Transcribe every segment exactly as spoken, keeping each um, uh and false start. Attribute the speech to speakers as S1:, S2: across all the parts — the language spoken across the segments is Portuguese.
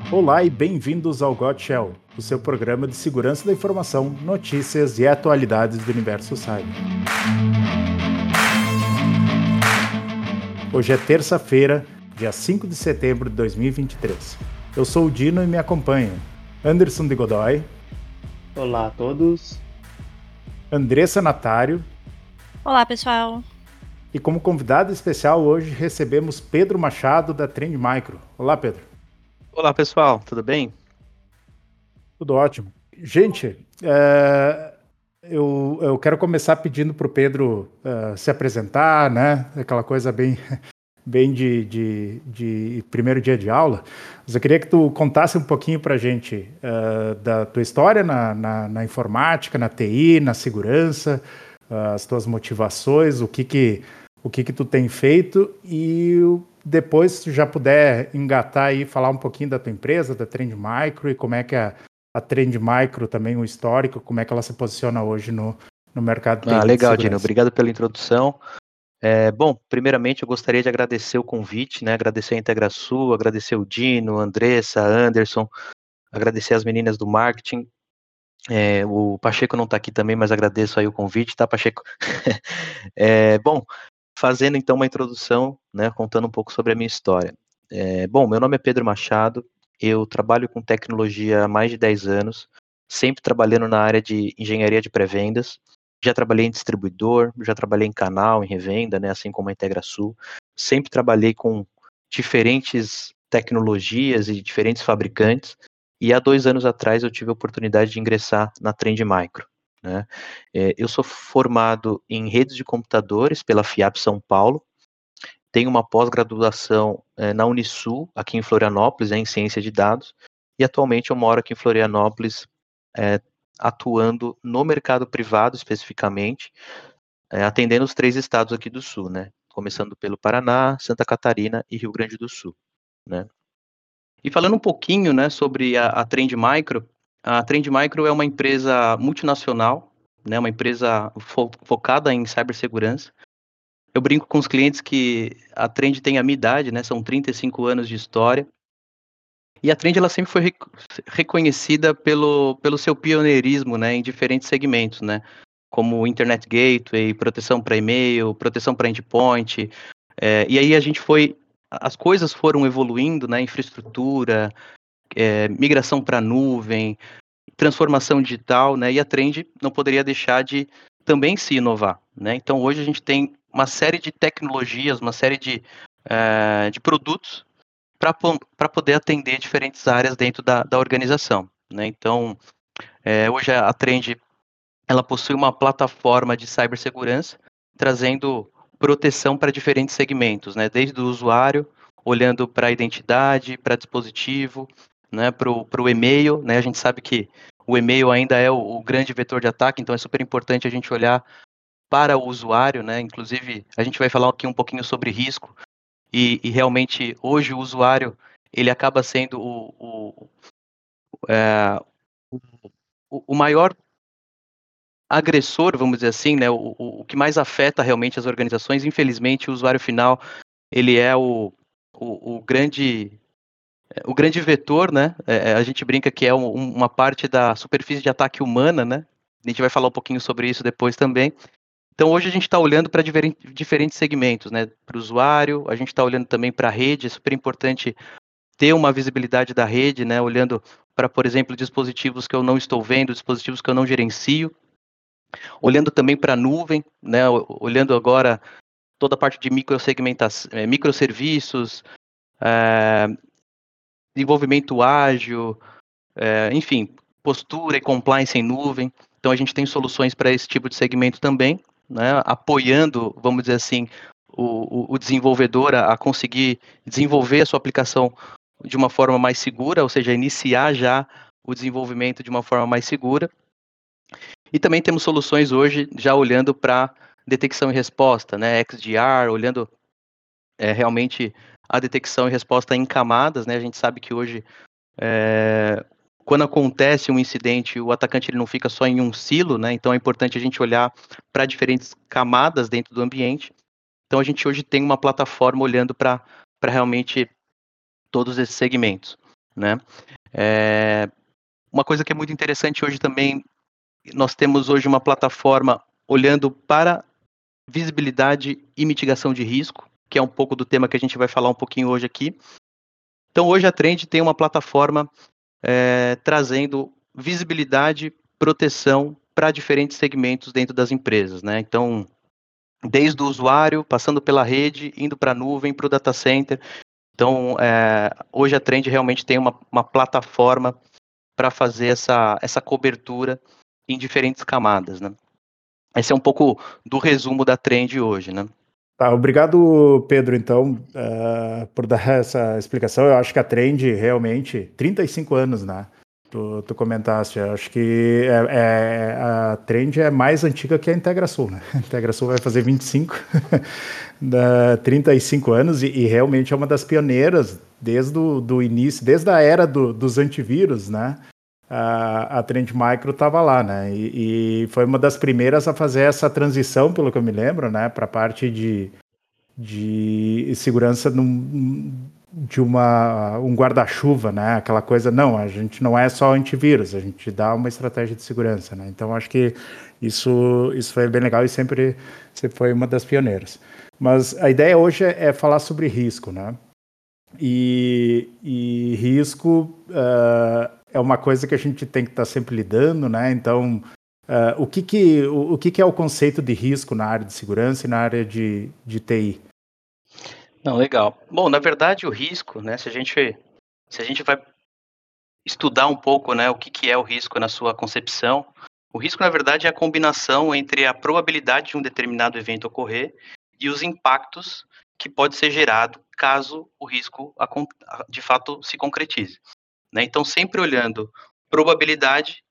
S1: Olá e bem-vindos ao Got Shell, o seu programa de segurança da informação, notícias e atualidades do universo cyber. Hoje é terça-feira, dia cinco de setembro de dois mil e vinte e três. Eu sou o Dino e me acompanham Anderson de Godoy.
S2: Olá a todos.
S1: Andressa Natário.
S3: Olá, pessoal.
S1: E como convidado especial hoje recebemos Pedro Machado da Trend Micro. Olá, Pedro.
S4: Olá, pessoal, tudo bem?
S1: Tudo ótimo. Gente, é, eu, eu quero começar pedindo para o Pedro uh, se apresentar, né? Aquela coisa bem, bem de, de, de primeiro dia de aula. Mas eu queria que tu contasse um pouquinho para a gente uh, da tua história na, na, na informática, na T I, na segurança, uh, as tuas motivações, o que que, o que que tu tem feito e depois, se tu já puder engatar aí, falar um pouquinho da tua empresa, da Trend Micro e como é que a, a Trend Micro também, o histórico, como é que ela se posiciona hoje no, no mercado de
S4: Ah, legal,
S1: de
S4: Dino, obrigado pela introdução. É, bom, primeiramente eu gostaria de agradecer o convite, né, agradecer a IntegraSul, agradecer o Dino, Andressa, Anderson, agradecer as meninas do marketing. É, o Pacheco não está aqui também, mas agradeço aí o convite, tá, Pacheco? é, bom, fazendo então uma introdução, né, contando um pouco sobre a minha história. É, bom, meu nome é Pedro Machado, eu trabalho com tecnologia há mais de dez anos, sempre trabalhando na área de engenharia de pré-vendas. Já trabalhei em distribuidor, já trabalhei em canal, em revenda, né, assim como a IntegraSul. Sempre trabalhei com diferentes tecnologias e diferentes fabricantes. E há dois anos atrás eu tive a oportunidade de ingressar na Trend Micro. Né? É, eu sou formado em redes de computadores pela FIAP São Paulo, tenho uma pós-graduação é, na Unisul, aqui em Florianópolis, é, em ciência de dados, e atualmente eu moro aqui em Florianópolis, é, atuando no mercado privado especificamente, é, atendendo os três estados aqui do sul, né? Começando pelo Paraná, Santa Catarina e Rio Grande do Sul, né? E falando um pouquinho, né, sobre a, a Trend Micro, a Trend Micro é uma empresa multinacional, né, uma empresa fo focada em cibersegurança. Eu brinco com os clientes que a Trend tem a minha idade, né, são trinta e cinco anos de história. E a Trend ela sempre foi rec reconhecida pelo, pelo seu pioneirismo, né, em diferentes segmentos, né, como Internet Gateway, proteção para e-mail, proteção para endpoint. É, e aí a gente foi, as coisas foram evoluindo, né, infraestrutura, é, migração para nuvem, transformação digital, né, e a Trend não poderia deixar de também se inovar, né. Então hoje a gente tem uma série de tecnologias, uma série de, é, de produtos para poder atender diferentes áreas dentro da, da organização, né. Então, é, hoje a Trend ela possui uma plataforma de cibersegurança, trazendo proteção para diferentes segmentos, né, desde o usuário, olhando para a identidade, para dispositivo, né, para o e-mail, né, a gente sabe que o e-mail ainda é o, o grande vetor de ataque, então é super importante a gente olhar para o usuário, né, inclusive a gente vai falar aqui um pouquinho sobre risco, e, e realmente hoje o usuário, ele acaba sendo o, o, é, o, o maior agressor, vamos dizer assim, né, o, o, o que mais afeta realmente as organizações. Infelizmente o usuário final, ele é o, o, o grande o grande vetor, né, é, a gente brinca que é um, uma parte da superfície de ataque humana, né, a gente vai falar um pouquinho sobre isso depois também. Então hoje a gente está olhando para diferentes segmentos, né, para o usuário, a gente está olhando também para a rede, é super importante ter uma visibilidade da rede, né, olhando para, por exemplo, dispositivos que eu não estou vendo, dispositivos que eu não gerencio, olhando também para a nuvem, né, olhando agora toda a parte de microsegmentação, é, microserviços, é, desenvolvimento ágil, é, enfim, postura e compliance em nuvem. Então a gente tem soluções para esse tipo de segmento também, né, apoiando, vamos dizer assim, o, o, o desenvolvedor a, a conseguir desenvolver a sua aplicação de uma forma mais segura, ou seja, iniciar já o desenvolvimento de uma forma mais segura. E também temos soluções hoje já olhando para detecção e resposta, né, X D R, olhando é, realmente a detecção e resposta em camadas, né, a gente sabe que hoje, é, quando acontece um incidente, o atacante ele não fica só em um silo, né, então é importante a gente olhar para diferentes camadas dentro do ambiente. Então a gente hoje tem uma plataforma olhando para realmente todos esses segmentos, né? É, uma coisa que é muito interessante hoje também, nós temos hoje uma plataforma olhando para visibilidade e mitigação de risco, que é um pouco do tema que a gente vai falar um pouquinho hoje aqui. Então, hoje a Trend tem uma plataforma é, trazendo visibilidade, proteção para diferentes segmentos dentro das empresas, né? Então, desde o usuário, passando pela rede, indo para a nuvem, para o data center. Então, é, hoje a Trend realmente tem uma, uma plataforma para fazer essa, essa cobertura em diferentes camadas, né? Esse é um pouco do resumo da Trend hoje, né?
S1: Tá, obrigado, Pedro, então, uh, por dar essa explicação. Eu acho que a Trend realmente, trinta e cinco anos, né? Tu, tu comentaste, eu acho que é, é, a Trend é mais antiga que a IntegraSul, né? A IntegraSul vai fazer vinte e cinco, da, trinta e cinco anos, e, e realmente é uma das pioneiras desde o do início, desde a era do, dos antivírus, né? A, a Trend Micro estava lá, né? E, e foi uma das primeiras a fazer essa transição, pelo que eu me lembro, né? Para a parte de, de segurança num, de uma, um guarda-chuva, né? Aquela coisa, não, a gente não é só antivírus, a gente dá uma estratégia de segurança, né? Então, acho que isso, isso foi bem legal e sempre, sempre foi uma das pioneiras. Mas a ideia hoje é, é falar sobre risco, né? E, e risco uh, é uma coisa que a gente tem que estar tá sempre lidando, né? Então, uh, o, que, que, o, o que, que é o conceito de risco na área de segurança e na área de, de T I?
S4: Não, legal. Bom, na verdade, o risco, né? Se a gente, se a gente vai estudar um pouco, né, o que, que é o risco na sua concepção, o risco, na verdade, é a combinação entre a probabilidade de um determinado evento ocorrer e os impactos que pode ser gerado caso o risco de fato se concretize, né? Então, sempre olhando probabilidade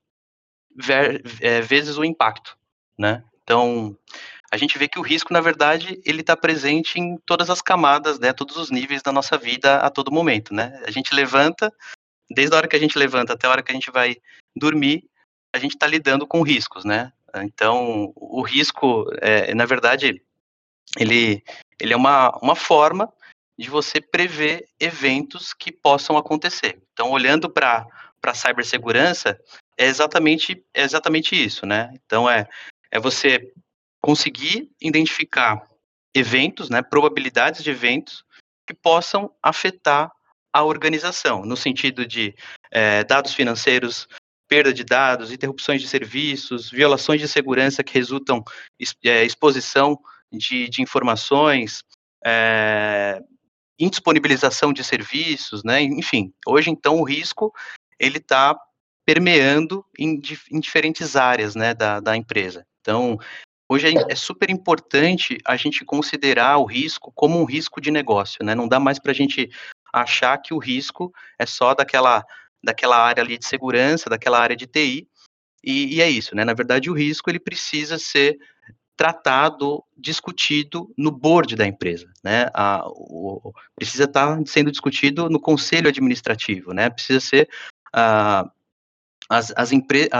S4: vezes o impacto, né? Então, a gente vê que o risco, na verdade, ele está presente em todas as camadas, né? Todos os níveis da nossa vida a todo momento, né? A gente levanta, desde a hora que a gente levanta até a hora que a gente vai dormir, a gente está lidando com riscos, né? Então, o risco, é, na verdade, ele, ele é uma, uma forma de você prever eventos que possam acontecer. Então, olhando para a cibersegurança, é exatamente, é exatamente isso, né? Então, é, é você conseguir identificar eventos, né, probabilidades de eventos que possam afetar a organização, no sentido de é, dados financeiros, perda de dados, interrupções de serviços, violações de segurança que resultam é, exposição de, de informações, é, indisponibilização de serviços, né? Enfim, hoje então o risco ele está permeando em, em diferentes áreas, né, da, da empresa. Então, hoje é super importante a gente considerar o risco como um risco de negócio, né? Não dá mais para a gente achar que o risco é só daquela, daquela área ali de segurança, daquela área de T I, e, e é isso, né? Na verdade, o risco ele precisa ser tratado, discutido no board da empresa, né? A, o, precisa estar sendo discutido no conselho administrativo, né? Precisa ser uh, as, as empresas,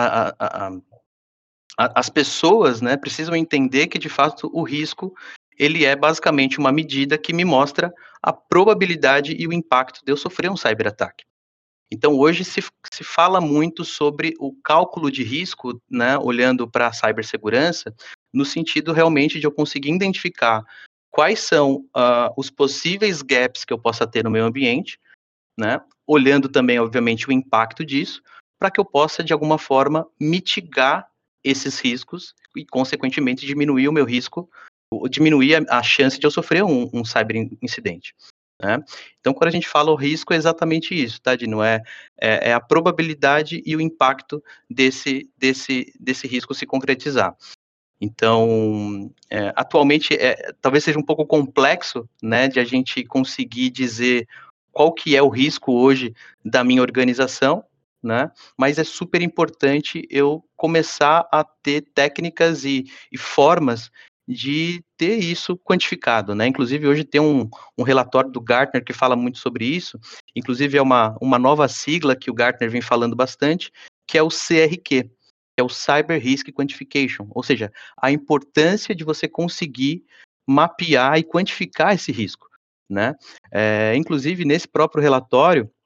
S4: as pessoas, né, precisam entender que de fato o risco ele é basicamente uma medida que me mostra a probabilidade e o impacto de eu sofrer um cyberataque. Então, hoje se, se fala muito sobre o cálculo de risco, né, olhando para a cibersegurança, no sentido realmente de eu conseguir identificar quais são uh, os possíveis gaps que eu possa ter no meu ambiente, né, olhando também, obviamente, o impacto disso, para que eu possa, de alguma forma, mitigar esses riscos e, consequentemente, diminuir o meu risco, diminuir a, a chance de eu sofrer um, um cyber incidente. Né? Então, quando a gente fala o risco, é exatamente isso, tá, Dino? É, é, é a probabilidade e o impacto desse, desse, desse risco se concretizar. Então, é, atualmente, é, talvez seja um pouco complexo, né, de a gente conseguir dizer qual que é o risco hoje da minha organização, né, mas é super importante eu começar a ter técnicas e, e formas de ter isso quantificado, né? Inclusive, hoje tem um, um relatório do Gartner que fala muito sobre isso, inclusive é uma, uma nova sigla que o Gartner vem falando bastante, que é o C R Q, que é o Cyber Risk Quantification, ou seja, a importância de você conseguir mapear e quantificar esse risco, né? É, inclusive, nesse próprio relatório,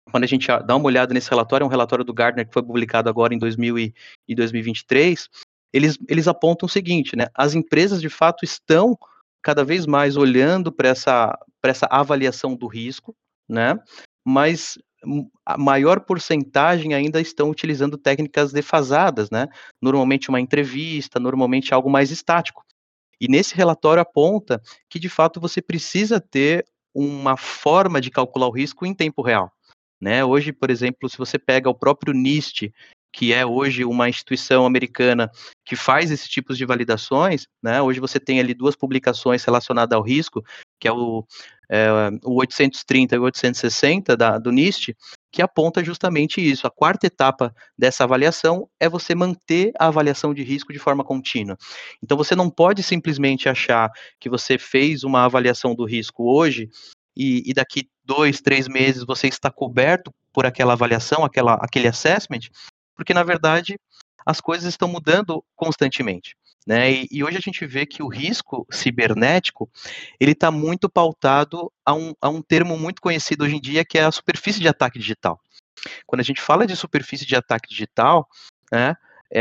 S4: quando a gente dá uma olhada nesse relatório, é um relatório do Gartner que foi publicado agora em dois mil e dois mil e vinte e três, eles, eles apontam o seguinte, né? As empresas de fato estão cada vez mais olhando para essa, para essa avaliação do risco, né? Mas a maior porcentagem ainda estão utilizando técnicas defasadas, né? Normalmente uma entrevista, normalmente algo mais estático. E nesse relatório aponta que de fato você precisa ter uma forma de calcular o risco em tempo real. Né? Hoje, por exemplo, se você pega o próprio NIST, que é hoje uma instituição americana que faz esses tipos de validações, né? Hoje você tem ali duas publicações relacionadas ao risco, que é o, é, o oitocentos e trinta e o oitocentos e sessenta da, do NIST, que aponta justamente isso. A quarta etapa dessa avaliação é você manter a avaliação de risco de forma contínua. Então você não pode simplesmente achar que você fez uma avaliação do risco hoje e, e daqui dois, três meses você está coberto por aquela avaliação, aquela, aquele assessment, porque na verdade as coisas estão mudando constantemente. Né? E, e hoje a gente vê que o risco cibernético ele está muito pautado a um, a um termo muito conhecido hoje em dia, que é a superfície de ataque digital. Quando a gente fala de superfície de ataque digital, né,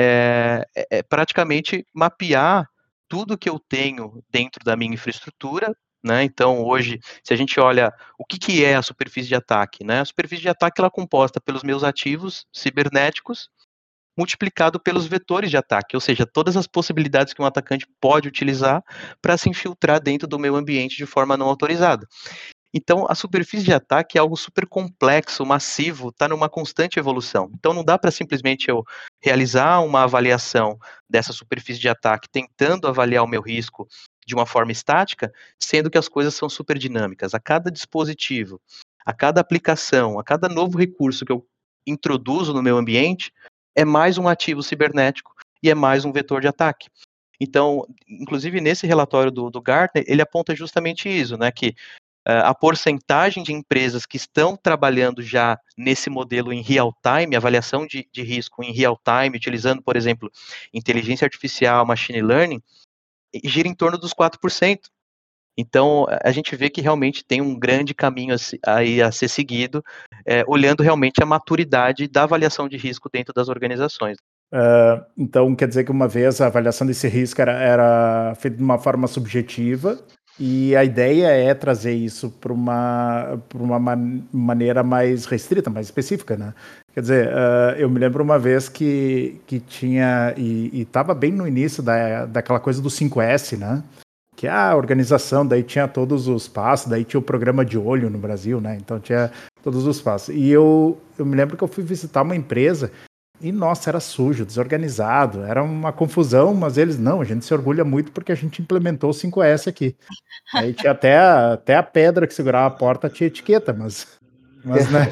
S4: é, é praticamente mapear tudo que eu tenho dentro da minha infraestrutura. Né? Então, hoje, se a gente olha o que, que é a superfície de ataque, né? A superfície de ataque ela é composta pelos meus ativos cibernéticos multiplicado pelos vetores de ataque, ou seja, todas as possibilidades que um atacante pode utilizar para se infiltrar dentro do meu ambiente de forma não autorizada. Então, a superfície de ataque é algo super complexo, massivo, está numa constante evolução. Então, não dá para simplesmente eu realizar uma avaliação dessa superfície de ataque, tentando avaliar o meu risco de uma forma estática, sendo que as coisas são super dinâmicas. A cada dispositivo, a cada aplicação, a cada novo recurso que eu introduzo no meu ambiente, é mais um ativo cibernético e é mais um vetor de ataque. Então, inclusive nesse relatório do, do Gartner, ele aponta justamente isso, né, que Uh, a porcentagem de empresas que estão trabalhando já nesse modelo em real time, avaliação de, de risco em real time, utilizando, por exemplo, inteligência artificial, machine learning, gira em torno dos quatro por cento. Então, a gente vê que realmente tem um grande caminho a, aí a ser seguido, é, olhando realmente a maturidade da avaliação de risco dentro das organizações.
S1: Uh, então, quer dizer que uma vez a avaliação desse risco era, era feita de uma forma subjetiva, e a ideia é trazer isso para uma, pra uma man maneira mais restrita, mais específica, né? Quer dizer, uh, eu me lembro uma vez que, que tinha, e estava bem no início da, daquela coisa do cinco S, né? Que a organização, daí tinha todos os passos, daí tinha o programa de olho no Brasil, né? Então tinha todos os passos. E eu, eu me lembro que eu fui visitar uma empresa e, nossa, era sujo, desorganizado, era uma confusão, mas eles, não, a gente se orgulha muito porque a gente implementou o cinco S aqui. Aí tinha até a, até a pedra que segurava a porta, tinha etiqueta, mas, mas né,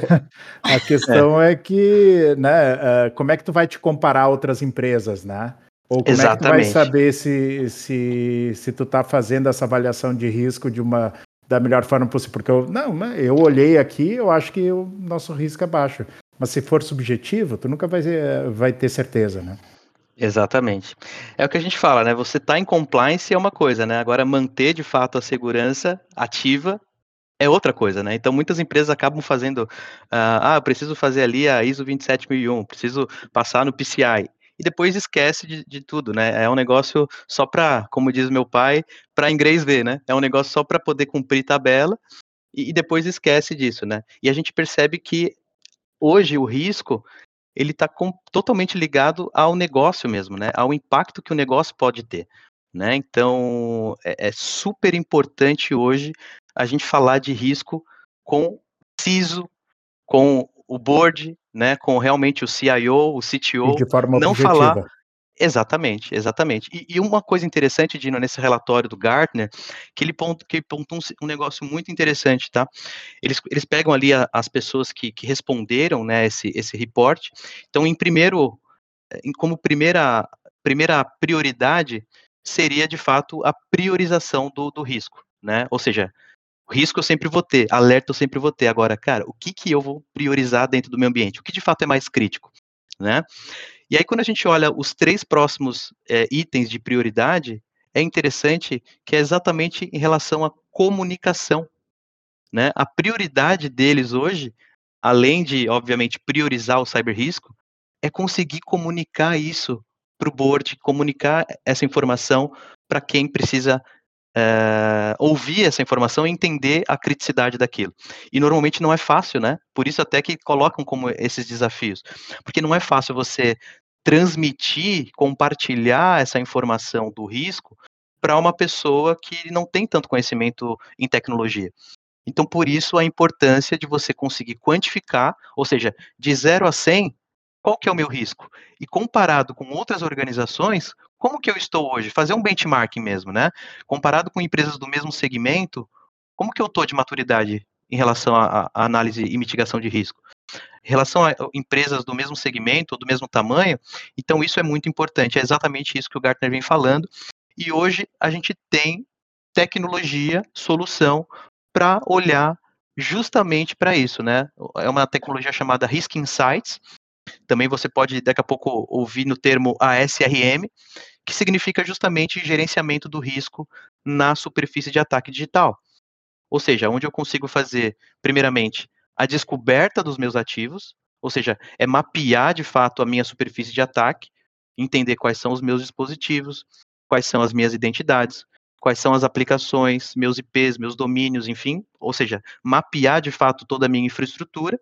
S1: a questão é, é que, né, uh, como é que tu vai te comparar a outras empresas, né? Ou como Exatamente. É que tu vai saber se, se, se tu tá fazendo essa avaliação de risco de uma, da melhor forma possível? Porque eu, não, eu olhei aqui, eu acho que o nosso risco é baixo. Mas se for subjetivo, tu nunca vai, vai ter certeza, né?
S4: Exatamente. É o que a gente fala, né? Você tá em compliance é uma coisa, né? Agora, manter de fato a segurança ativa é outra coisa, né? Então, muitas empresas acabam fazendo, uh, ah, eu preciso fazer ali a ISO vinte e sete mil e um, preciso passar no P C I, e depois esquece de, de tudo, né? É um negócio só para, como diz meu pai, para inglês ver, né? É um negócio só para poder cumprir tabela, e, e depois esquece disso, né? E a gente percebe que hoje o risco ele está totalmente ligado ao negócio mesmo, né? Ao impacto que o negócio pode ter, né? Então é, é super importante hoje a gente falar de risco com C I S O, com o board, né? Com realmente o C I O, o C T O,
S1: e de forma
S4: não
S1: objetiva.
S4: falar. Exatamente, exatamente. E, e uma coisa interessante, Dino, nesse relatório do Gartner, que ele pontua que pontua um, um negócio muito interessante, tá? Eles, eles pegam ali a, as pessoas que, que responderam, né, esse, esse report. Então, em primeiro, em, como primeira, primeira prioridade, seria, de fato, a priorização do, do risco, né? Ou seja, o risco eu sempre vou ter, alerta eu sempre vou ter. Agora, cara, o que, que eu vou priorizar dentro do meu ambiente? O que, de fato, é mais crítico, né? E aí, quando a gente olha os três próximos é, itens de prioridade, é interessante que é exatamente em relação à comunicação, né? A prioridade deles hoje além de, obviamente, priorizar o cyberrisco, é conseguir comunicar isso para o board, comunicar essa informação para quem precisa é, ouvir essa informação e entender a criticidade daquilo. E normalmente não é fácil, né? Por isso até que colocam como esses desafios. Porque não é fácil você transmitir, compartilhar essa informação do risco para uma pessoa que não tem tanto conhecimento em tecnologia. Então, por isso, a importância de você conseguir quantificar, ou seja, de zero a cem, qual que é o meu risco? E comparado com outras organizações, como que eu estou hoje? Fazer um benchmarking mesmo, né? Comparado com empresas do mesmo segmento, como que eu estou de maturidade em relação à análise e mitigação de risco? Em relação a empresas do mesmo segmento, ou do mesmo tamanho, então isso é muito importante, é exatamente isso que o Gartner vem falando, e hoje a gente tem tecnologia, solução, para olhar justamente para isso, né? É uma tecnologia chamada Risk Insights, também você pode daqui a pouco ouvir no termo A S R M, que significa justamente gerenciamento do risco na superfície de ataque digital. Ou seja, onde eu consigo fazer, primeiramente, a descoberta dos meus ativos, ou seja, é mapear de fato a minha superfície de ataque, entender quais são os meus dispositivos, quais são as minhas identidades, quais são as aplicações, meus I Ps, meus domínios, enfim, ou seja, mapear de fato toda a minha infraestrutura,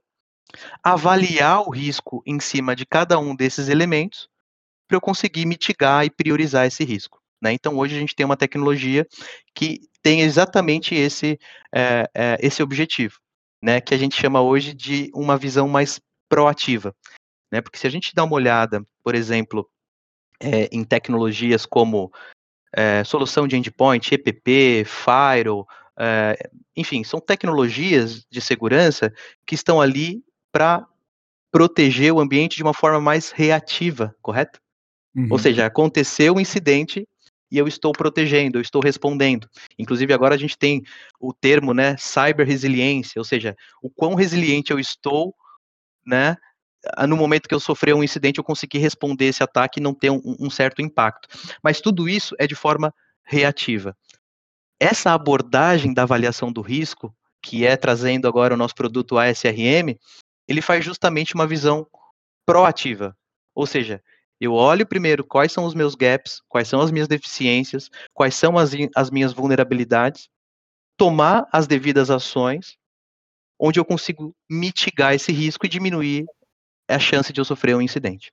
S4: avaliar o risco em cima de cada um desses elementos, para eu conseguir mitigar e priorizar esse risco. Né? Então, hoje a gente tem uma tecnologia que tem exatamente esse, é, é, esse objetivo, né? Que a gente chama hoje de uma visão mais proativa. Né? Porque se a gente dá uma olhada, por exemplo, é, em tecnologias como é, solução de endpoint, E P P, Firewall, é, enfim, são tecnologias de segurança que estão ali para proteger o ambiente de uma forma mais reativa, correto? Uhum. Ou seja, aconteceu um incidente e eu estou protegendo, eu estou respondendo. Inclusive, agora a gente tem o termo, né, cyber-resiliência, ou seja, o quão resiliente eu estou, né, no momento que eu sofrer um incidente, eu conseguir responder esse ataque e não ter um, um certo impacto. Mas tudo isso é de forma reativa. Essa abordagem da avaliação do risco, que é trazendo agora o nosso produto A S R M, ele faz justamente uma visão proativa. Ou seja, eu olho primeiro quais são os meus gaps, quais são as minhas deficiências, quais são as, as minhas vulnerabilidades, tomar as devidas ações, onde eu consigo mitigar esse risco e diminuir a chance de eu sofrer um incidente.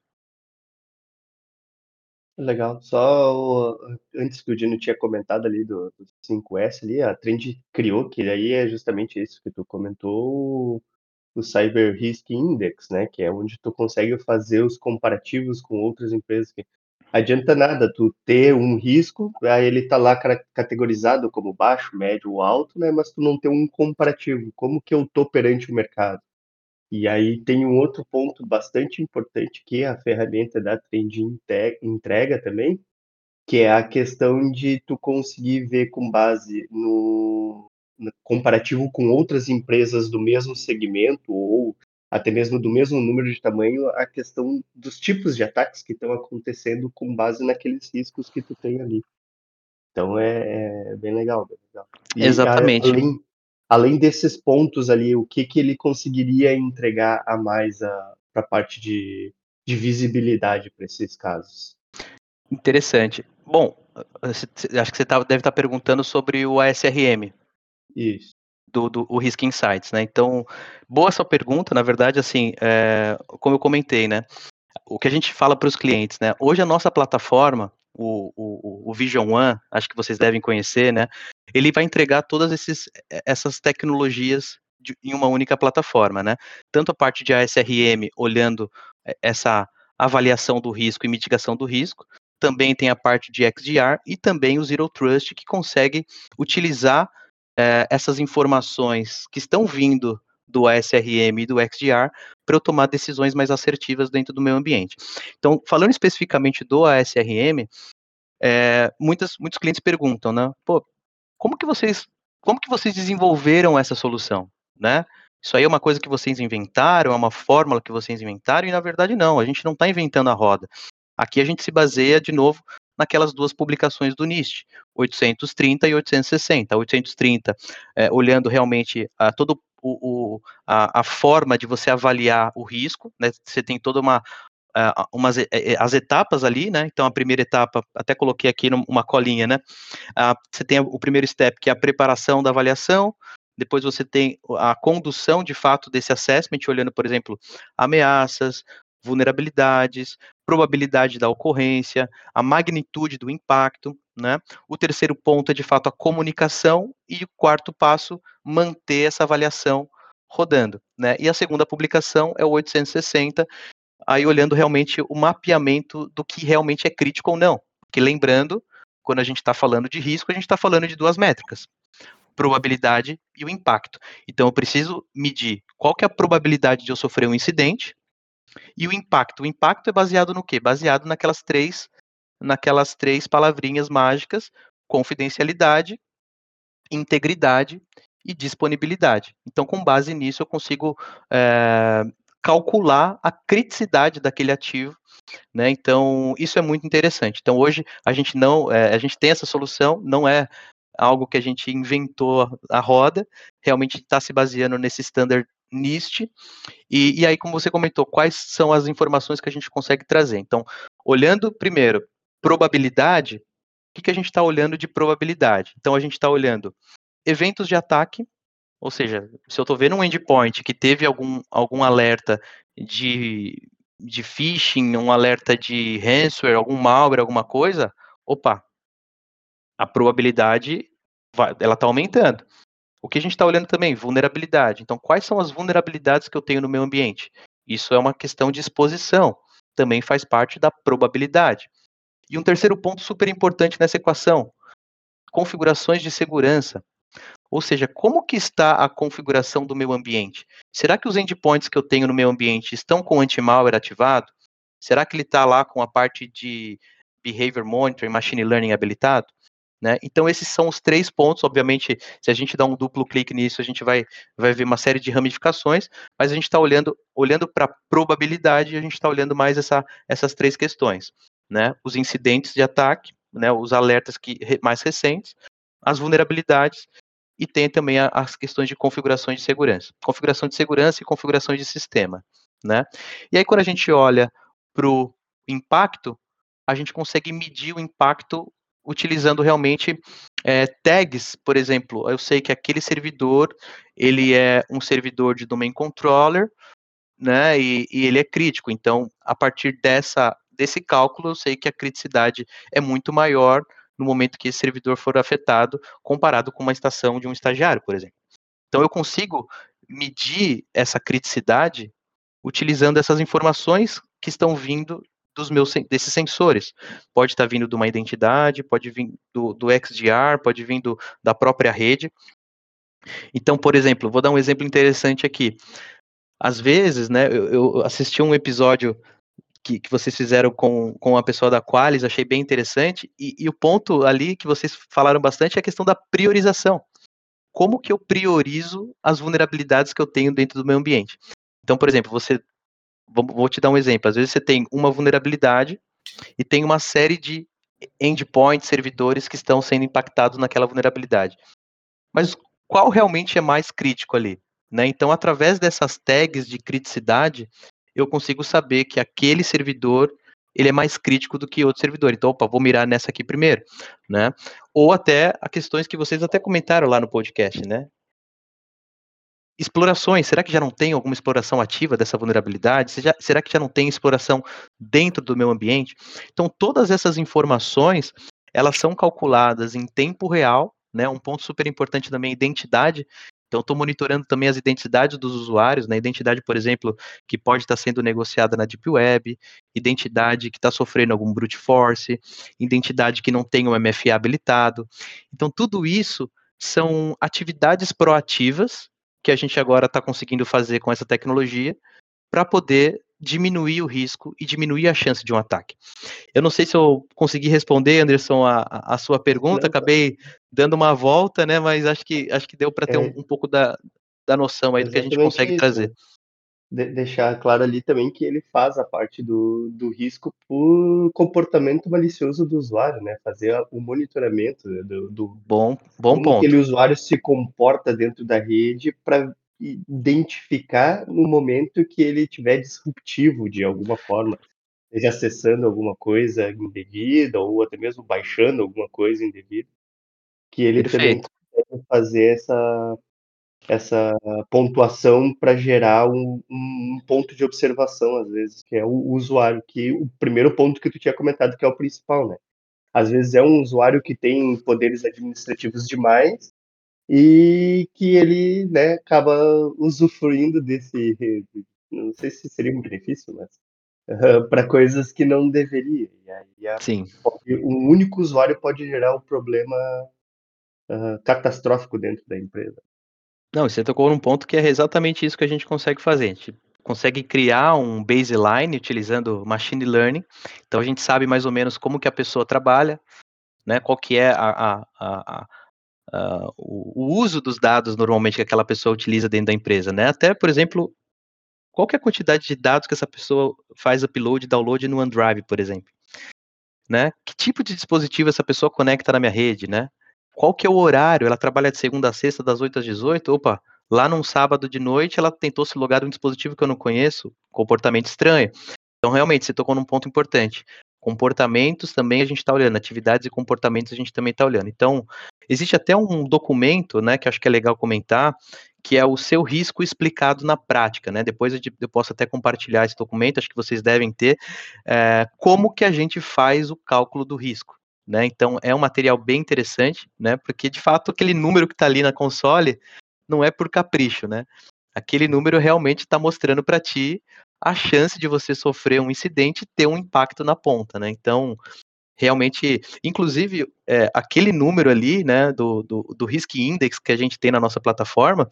S2: Legal. Só antes que o Dino tinha comentado ali do, do cinco S ali, a Trend criou, que aí é justamente isso que tu comentou, o Cyber Risk Index, né? Que é onde tu consegue fazer os comparativos com outras empresas. Que adianta nada tu ter um risco, aí ele tá lá categorizado como baixo, médio ou alto, né? Mas tu não ter um comparativo. Como que eu tô perante o mercado? E aí tem um outro ponto bastante importante que a ferramenta da Trend entrega também, que é a questão de tu conseguir ver com base no, no comparativo com outras empresas do mesmo segmento ou até mesmo do mesmo número de tamanho, a questão dos tipos de ataques que estão acontecendo com base naqueles riscos que tu tem ali. Então é, é bem legal, bem legal. E
S4: Exatamente.
S2: A, além, além desses pontos ali, o que, que ele conseguiria entregar a mais para a parte de, de visibilidade para esses casos?
S4: Interessante. Bom, acho que você tá, deve estar perguntando sobre o A S R M.
S2: Isso.
S4: Do, do o Risk Insights, né? Então, boa essa pergunta, na verdade, assim, é, como eu comentei, né? O que a gente fala para os clientes, né? Hoje a nossa plataforma, o, o, o Vision One, acho que vocês devem conhecer, né? Ele vai entregar todas esses, essas tecnologias de, em uma única plataforma, né? Tanto a parte de A S R M, olhando essa avaliação do risco e mitigação do risco, também tem a parte de X D R e também o Zero Trust, que consegue utilizar é, essas informações que estão vindo do A S R M e do X D R para eu tomar decisões mais assertivas dentro do meu ambiente. Então, falando especificamente do A S R M, é, muitas, muitos clientes perguntam, né? Pô, como que vocês, como que vocês desenvolveram essa solução, né? Isso aí é uma coisa que vocês inventaram, é uma fórmula que vocês inventaram, e na verdade não, a gente não está inventando a roda. Aqui a gente se baseia, de novo, naquelas duas publicações do NIST, oitocentos e trinta e oitocentos e sessenta. oitocentos e trinta, é, olhando realmente a todo o, o, a, a forma de você avaliar o risco, né? Você tem toda uma Uh, umas, as etapas ali, né? Então a primeira etapa, até coloquei aqui uma colinha, né? Uh, você tem o primeiro step, que é a preparação da avaliação, depois você tem a condução de fato desse assessment, olhando, por exemplo, ameaças, vulnerabilidades, probabilidade da ocorrência, a magnitude do impacto, né? O terceiro ponto é de fato a comunicação, e o quarto passo, manter essa avaliação rodando, né? E a segunda publicação é o oitocentos e sessenta, aí olhando realmente o mapeamento do que realmente é crítico ou não. Porque lembrando, quando a gente está falando de risco, a gente está falando de duas métricas, probabilidade e o impacto. Então eu preciso medir qual que é a probabilidade de eu sofrer um incidente e o impacto. O impacto é baseado no quê? Baseado naquelas três, naquelas três palavrinhas mágicas: confidencialidade, integridade e disponibilidade. Então, com base nisso, eu consigo é, calcular a criticidade daquele ativo, né? Então, isso é muito interessante. Então, hoje a gente não, é, a gente tem essa solução, não é algo que a gente inventou a roda, realmente está se baseando nesse standard NIST. E, e aí, como você comentou, quais são as informações que a gente consegue trazer? Então, olhando primeiro probabilidade, o que, que a gente está olhando de probabilidade? Então, a gente está olhando eventos de ataque, ou seja, se eu estou vendo um endpoint que teve algum, algum alerta de, de phishing, um alerta de ransomware, algum malware, alguma coisa, opa, a probabilidade vai, ela está aumentando. O que a gente está olhando também, vulnerabilidade. Então, quais são as vulnerabilidades que eu tenho no meu ambiente? Isso é uma questão de exposição, também faz parte da probabilidade. E um terceiro ponto super importante nessa equação, configurações de segurança. Ou seja, como que está a configuração do meu ambiente? Será que os endpoints que eu tenho no meu ambiente estão com o anti-malware ativado? Será que ele está lá com a parte de Behavior Monitoring, Machine Learning habilitado? Né? Então, esses são os três pontos. Obviamente, se a gente dá um duplo clique nisso, a gente vai, vai ver uma série de ramificações, mas a gente está olhando, olhando para a probabilidade, e a gente está olhando mais essa, essas três questões. Né? Os incidentes de ataque, né? Os alertas que, mais recentes, as vulnerabilidades, e tem também a, as questões de configurações de segurança. Configuração de segurança e configuração de sistema. Né? E aí, quando a gente olha para o impacto, a gente consegue medir o impacto utilizando realmente é, tags, por exemplo. Eu sei que aquele servidor, ele é um servidor de domain controller, né, e, e ele é crítico. Então, a partir dessa, desse cálculo, eu sei que a criticidade é muito maior no momento que esse servidor for afetado, comparado com uma estação de um estagiário, por exemplo. Então, eu consigo medir essa criticidade utilizando essas informações que estão vindo dos meus, desses sensores. Pode estar vindo de uma identidade, pode vir do, do X D R, pode vir do, da própria rede. Então, por exemplo, vou dar um exemplo interessante aqui. Às vezes, né, eu, eu assisti um episódio que, que vocês fizeram com, com a pessoa da Qualys, achei bem interessante, e, e o ponto ali que vocês falaram bastante é a questão da priorização. Como que eu priorizo as vulnerabilidades que eu tenho dentro do meu ambiente? Então, por exemplo, você, vou, vou te dar um exemplo, às vezes você tem uma vulnerabilidade e tem uma série de endpoints, servidores que estão sendo impactados naquela vulnerabilidade. Mas qual realmente é mais crítico ali? Né? Então, através dessas tags de criticidade, eu consigo saber que aquele servidor ele é mais crítico do que outro servidor. Então, opa, vou mirar nessa aqui primeiro. Né? Ou até a questões que vocês até comentaram lá no podcast, né? Explorações, será que já não tem alguma exploração ativa dessa vulnerabilidade? Já, será que já não tem exploração dentro do meu ambiente? Então, todas essas informações, elas são calculadas em tempo real, né? Um ponto super importante também é a identidade. Então, estou monitorando também as identidades dos usuários, né? Identidade, por exemplo, que pode estar sendo negociada na Deep Web, identidade que está sofrendo algum brute force, identidade que não tem um M F A habilitado. Então, tudo isso são atividades proativas que a gente agora está conseguindo fazer com essa tecnologia para poder diminuir o risco e diminuir a chance de um ataque. Eu não sei se eu consegui responder, Anderson, a, a sua pergunta, acabei dando uma volta, né, mas acho que, acho que deu para ter
S2: É,
S4: um, um pouco da, da noção aí do que a gente
S2: exatamente
S4: consegue
S2: isso,
S4: trazer.
S2: né? De- deixar claro ali também que ele faz a parte do, do risco por comportamento malicioso do usuário, né? Fazer a- o monitoramento, né, do, do
S4: Bom, bom
S2: como
S4: ponto.
S2: aquele usuário se comporta dentro da rede para identificar no momento que ele tiver disruptivo de alguma forma, seja acessando alguma coisa indevida ou até mesmo baixando alguma coisa indevida, que ele também
S4: Perfeito.
S2: consegue fazer essa, essa pontuação para gerar um, um ponto de observação, às vezes, que é o usuário, que o primeiro ponto que tu tinha comentado, que é o principal, né? Às vezes é um usuário que tem poderes administrativos demais e que ele, né, acaba usufruindo desse, não sei se seria um benefício, mas uh, para coisas que não deveria. E aí a,
S4: Sim.
S2: um único usuário pode gerar um problema uh, catastrófico dentro da empresa.
S4: Não, você tocou num ponto que é exatamente isso que a gente consegue fazer. A gente consegue criar um baseline utilizando machine learning. Então a gente sabe mais ou menos como que a pessoa trabalha, né? Qual que é a, a, a, a Uh, o, o uso dos dados normalmente que aquela pessoa utiliza dentro da empresa, né? Até, por exemplo, qual que é a quantidade de dados que essa pessoa faz upload e download no OneDrive, por exemplo, né? Que tipo de dispositivo essa pessoa conecta na minha rede, né? Qual que é o horário? Ela trabalha de segunda a sexta, das oito às dezoito? Opa, lá num sábado de noite ela tentou se logar de um dispositivo que eu não conheço, comportamento estranho. Então, realmente, você tocou num ponto importante. Comportamentos também a gente está olhando, atividades e comportamentos a gente também está olhando. Então, existe até um documento, né, que acho que é legal comentar, que é o seu risco explicado na prática, né? Depois eu, eu posso até compartilhar esse documento, acho que vocês devem ter, é, como que a gente faz o cálculo do risco, né? Então, é um material bem interessante, né? Porque, de fato, aquele número que está ali na console não é por capricho, né? Aquele número realmente está mostrando para ti a chance de você sofrer um incidente e ter um impacto na ponta, né? Então, realmente, inclusive, é, aquele número ali, né, do, do, do Risk Index que a gente tem na nossa plataforma,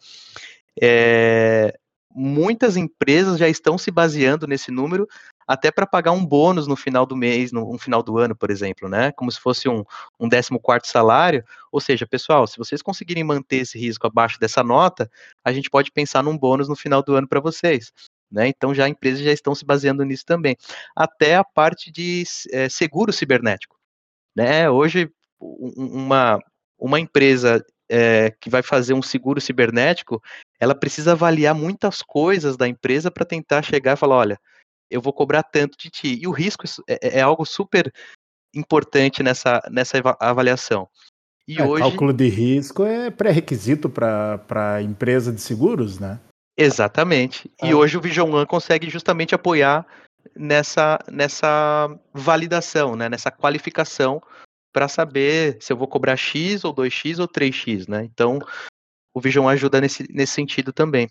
S4: é, muitas empresas já estão se baseando nesse número até para pagar um bônus no final do mês, no, no final do ano, por exemplo, né? Como se fosse um, um décimo quarto salário. Ou seja, pessoal, se vocês conseguirem manter esse risco abaixo dessa nota, a gente pode pensar num bônus no final do ano para vocês. Né? Então já empresas já estão se baseando nisso também. Até a parte de é, seguro cibernético. Né? Hoje, uma, uma empresa é, que vai fazer um seguro cibernético, ela precisa avaliar muitas coisas da empresa para tentar chegar e falar, olha, eu vou cobrar tanto de ti. E o risco é, é algo super importante nessa, nessa avaliação. E
S1: é,
S4: hoje...
S1: Cálculo de risco é pré-requisito para a empresa de seguros, né?
S4: Exatamente. E
S2: Ah.
S4: hoje o Vision One consegue justamente apoiar nessa, nessa validação, né, nessa qualificação para saber se eu vou cobrar X ou dois X ou três X, né? Então, o Vision One ajuda nesse, nesse sentido também.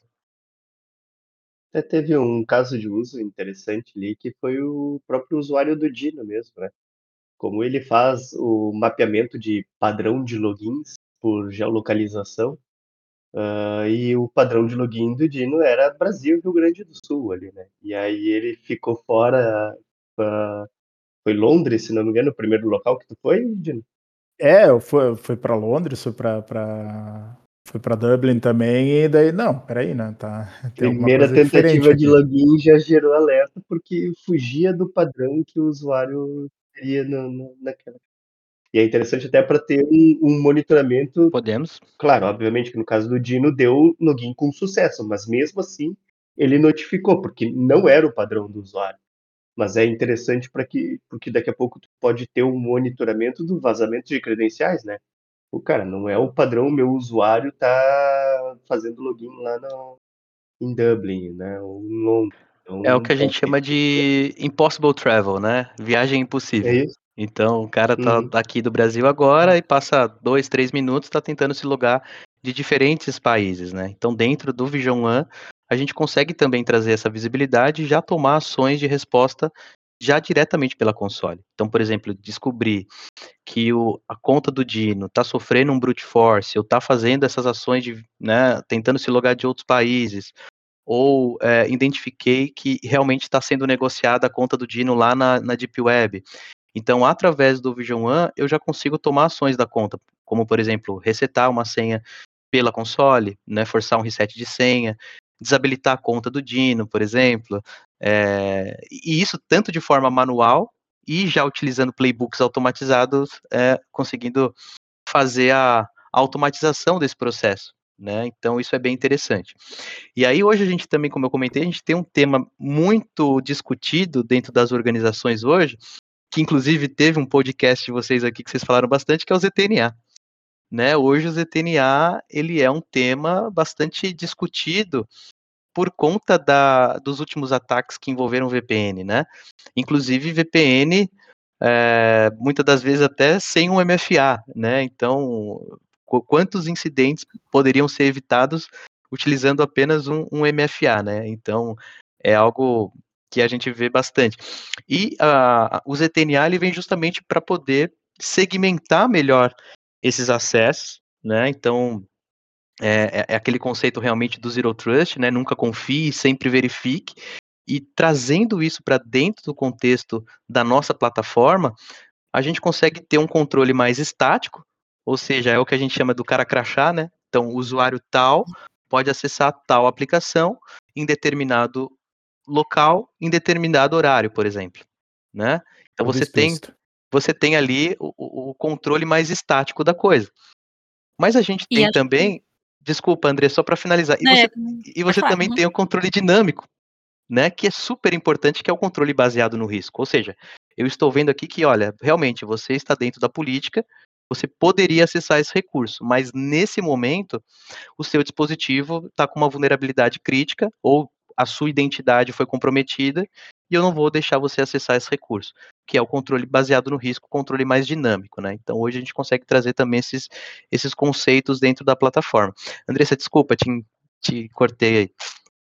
S2: Até teve um caso de uso interessante ali, que foi o próprio usuário do Dino mesmo, né? Como ele faz o mapeamento de padrão de logins por geolocalização, uh, e o padrão de login do Dino era Brasil e Rio Grande do Sul ali, né? E aí ele ficou fora, uh, foi Londres, se não me engano, o primeiro local que tu foi, Dino?
S1: É, eu fui, fui para Londres, fui para pra... fui para Dublin também, e daí, não, peraí, né, tá, tem alguma
S2: Primeira
S1: coisa diferente
S2: tentativa de
S1: aqui.
S2: login já gerou alerta, porque fugia do padrão que o usuário teria no, no, naquela. E é interessante até para ter um, um monitoramento.
S4: Podemos.
S2: Claro, obviamente que no caso do Dino deu login com sucesso, mas mesmo assim ele notificou, porque não era o padrão do usuário. Mas é interessante para que, porque daqui a pouco tu pode ter um monitoramento do vazamento de credenciais, né? O cara, não é o padrão, meu usuário tá fazendo login lá no, em Dublin, né? Ou em Londres. Então,
S4: É o que a gente
S2: pode
S4: chama de impossible travel, né? Viagem impossível.
S2: É isso?
S4: Então, o cara tá
S2: Uhum.
S4: aqui do Brasil agora e passa dois, três minutos, tá tentando se logar de diferentes países, né? Então, dentro do Vision One, a gente consegue também trazer essa visibilidade e já tomar ações de resposta já diretamente pela console. Então, por exemplo, descobrir que o, a conta do Dino está sofrendo um brute force, ou está fazendo essas ações de, né, tentando se logar de outros países, ou é, identifiquei que realmente está sendo negociada a conta do Dino lá na, na Deep Web. Então, através do Vision One, eu já consigo tomar ações da conta, como, por exemplo, resetar uma senha pela console, né, forçar um reset de senha, desabilitar a conta do Dino, por exemplo, é, e isso tanto de forma manual e já utilizando playbooks automatizados, é, conseguindo fazer a automatização desse processo, né? Então isso é bem interessante. E aí hoje a gente também, como eu comentei, a gente tem um tema muito discutido dentro das organizações hoje, que inclusive teve um podcast de vocês aqui que vocês falaram bastante, que é o Z T N A. Né? Hoje o Z T N A ele é um tema bastante discutido por conta da, dos últimos ataques que envolveram V P N, né? Inclusive V P N, é, muitas das vezes até sem um M F A, né? Então, qu- quantos incidentes poderiam ser evitados utilizando apenas um, um M F A, né? Então, é algo que a gente vê bastante. E a, o Z T N A ele vem justamente para poder segmentar melhor esses acessos, né? Então, é, é aquele conceito realmente do Zero Trust, né? Nunca confie, sempre verifique. E trazendo isso para dentro do contexto da nossa plataforma, a gente consegue ter um controle mais estático, ou seja, é o que a gente chama do cara crachá, né? Então, o usuário tal pode acessar tal aplicação em determinado local, em determinado horário, por exemplo, né? Então
S1: Tudo
S4: você tem
S1: explícito.
S4: você tem ali o, o controle mais estático da coisa. Mas a gente
S3: E
S4: tem
S3: acho que.
S4: também, desculpa, André, só para finalizar, e
S3: É,
S4: você, e
S3: pode
S4: você
S3: falar.
S4: também
S3: Uhum.
S4: tem o controle dinâmico, né, que é super importante, que é o controle baseado no risco. Ou seja, eu estou vendo aqui que, olha, realmente você está dentro da política, você poderia acessar esse recurso, mas nesse momento o seu dispositivo está com uma vulnerabilidade crítica ou a sua identidade foi comprometida e eu não vou deixar você acessar esse recurso, que é o controle baseado no risco, controle mais dinâmico, né? Então hoje a gente consegue trazer também esses, esses conceitos dentro da plataforma. Andressa, desculpa, te, te cortei aí.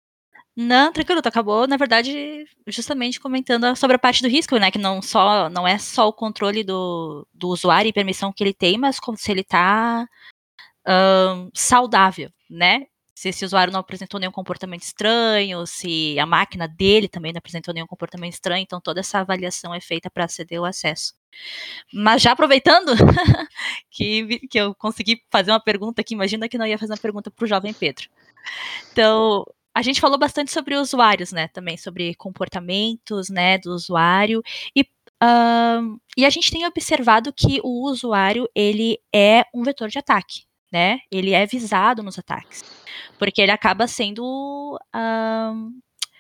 S3: Não, tranquilo, tu acabou, na verdade, justamente comentando sobre a parte do risco, né? Que não, só, não é só o controle do, do usuário e permissão que ele tem, mas como se ele está um, saudável, né? Se esse usuário não apresentou nenhum comportamento estranho, se a máquina dele também não apresentou nenhum comportamento estranho, então toda essa avaliação é feita para aceder ao acesso. Mas já aproveitando que, que eu consegui fazer uma pergunta aqui, imagina que não ia fazer uma pergunta para o jovem Pedro. Então, a gente falou bastante sobre usuários, né? Também sobre comportamentos, né, do usuário e uh, e a gente tem observado que o usuário ele é um vetor de ataque, né? Ele é visado nos ataques, porque ele acaba sendo uh,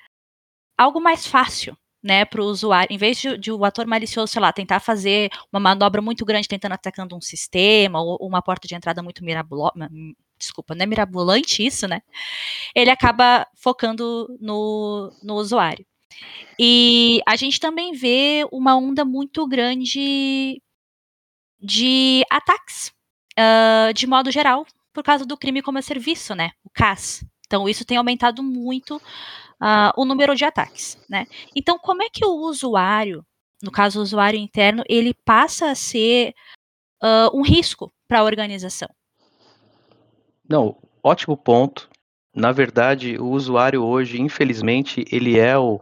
S3: algo mais fácil, né, para o usuário, em vez de, de o ator malicioso, sei lá, tentar fazer uma manobra muito grande tentando atacando um sistema ou, ou uma porta de entrada muito mirabolante, desculpa, não é mirabolante isso, né? Ele acaba focando no, no usuário. E a gente também vê uma onda muito grande de ataques, uh, de modo geral, por causa do crime como a serviço, né? O C A S. Então, isso tem aumentado muito uh, o número de ataques, né? Então, como é que o usuário, no caso o usuário interno, ele passa a ser uh, um risco para a organização?
S4: Não, ótimo ponto. Na verdade, o usuário hoje, infelizmente, ele é o,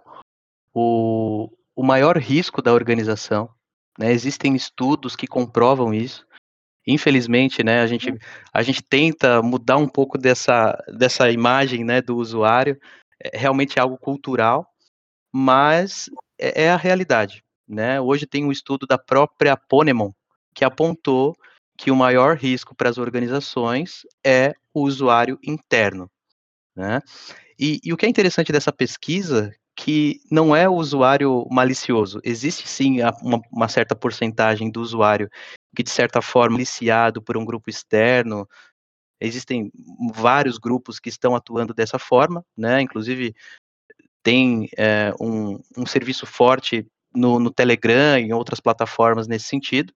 S4: o, o maior risco da organização, né? Existem estudos que comprovam isso. Infelizmente, né, a gente, a gente tenta mudar um pouco dessa, dessa imagem, né, do usuário. É realmente algo cultural, mas é, é a realidade, né? Hoje tem um estudo da própria Ponemon que apontou que o maior risco para as organizações é o usuário interno, né? E, e o que é interessante dessa pesquisa que não é o usuário malicioso. Existe sim uma, uma certa porcentagem do usuário que, de certa forma, é aliciado por um grupo externo. Existem vários grupos que estão atuando dessa forma, né? Inclusive, tem é, um, um serviço forte no, no Telegram e em outras plataformas nesse sentido.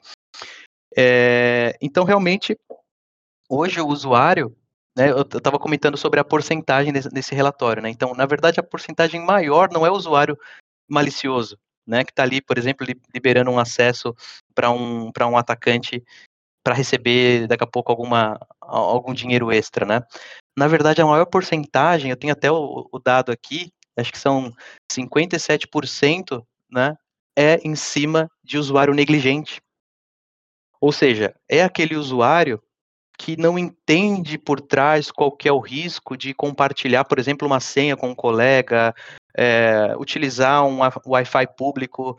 S4: É, então, realmente, hoje o usuário, né, eu estava comentando sobre a porcentagem desse, desse relatório, né? Então, na verdade, a porcentagem maior não é o usuário malicioso, né, que está ali, por exemplo, liberando um acesso para um, para um atacante para receber daqui a pouco alguma, algum dinheiro extra, né? Na verdade, a maior porcentagem, eu tenho até o, o dado aqui, acho que são cinquenta e sete por cento, né, é em cima de usuário negligente. Ou seja, é aquele usuário que não entende por trás qual que é o risco de compartilhar, por exemplo, uma senha com um colega, é, utilizar um Wi-Fi público,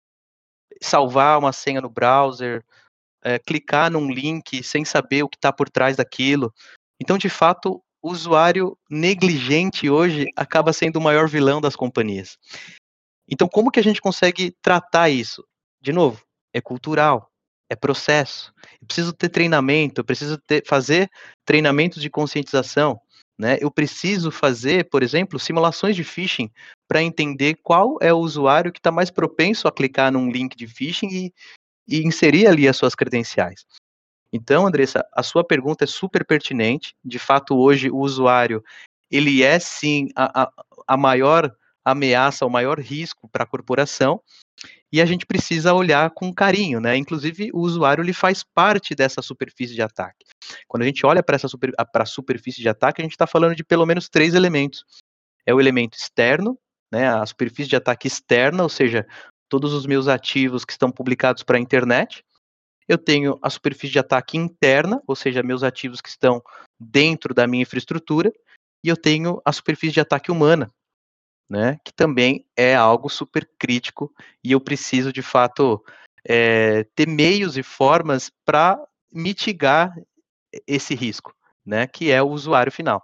S4: salvar uma senha no browser, é, clicar num link sem saber o que está por trás daquilo. Então, de fato, o usuário negligente hoje acaba sendo o maior vilão das companhias. Então, como que a gente consegue tratar isso? De novo, é cultural, é processo. Eu preciso ter treinamento, eu preciso ter, fazer treinamentos de conscientização, né? Eu preciso fazer, por exemplo, simulações de phishing para entender qual é o usuário que está mais propenso a clicar num link de phishing e, e inserir ali as suas credenciais. Então, Andressa, a sua pergunta é super pertinente. De fato, hoje o usuário, ele é sim a, a, a maior ameaça, o maior risco para a corporação, e a gente precisa olhar com carinho, né? Inclusive, o usuário ele faz parte dessa superfície de ataque. Quando a gente olha para essa super, para a superfície de ataque, a gente está falando de pelo menos três elementos. É o elemento externo, né? A superfície de ataque externa, ou seja, todos os meus ativos que estão publicados para a internet. Eu tenho a superfície de ataque interna, ou seja, meus ativos que estão dentro da minha infraestrutura, e eu tenho a superfície de ataque humana, né, que também é algo super crítico, e eu preciso, de fato, é, ter meios e formas para mitigar esse risco, né, que é o usuário final.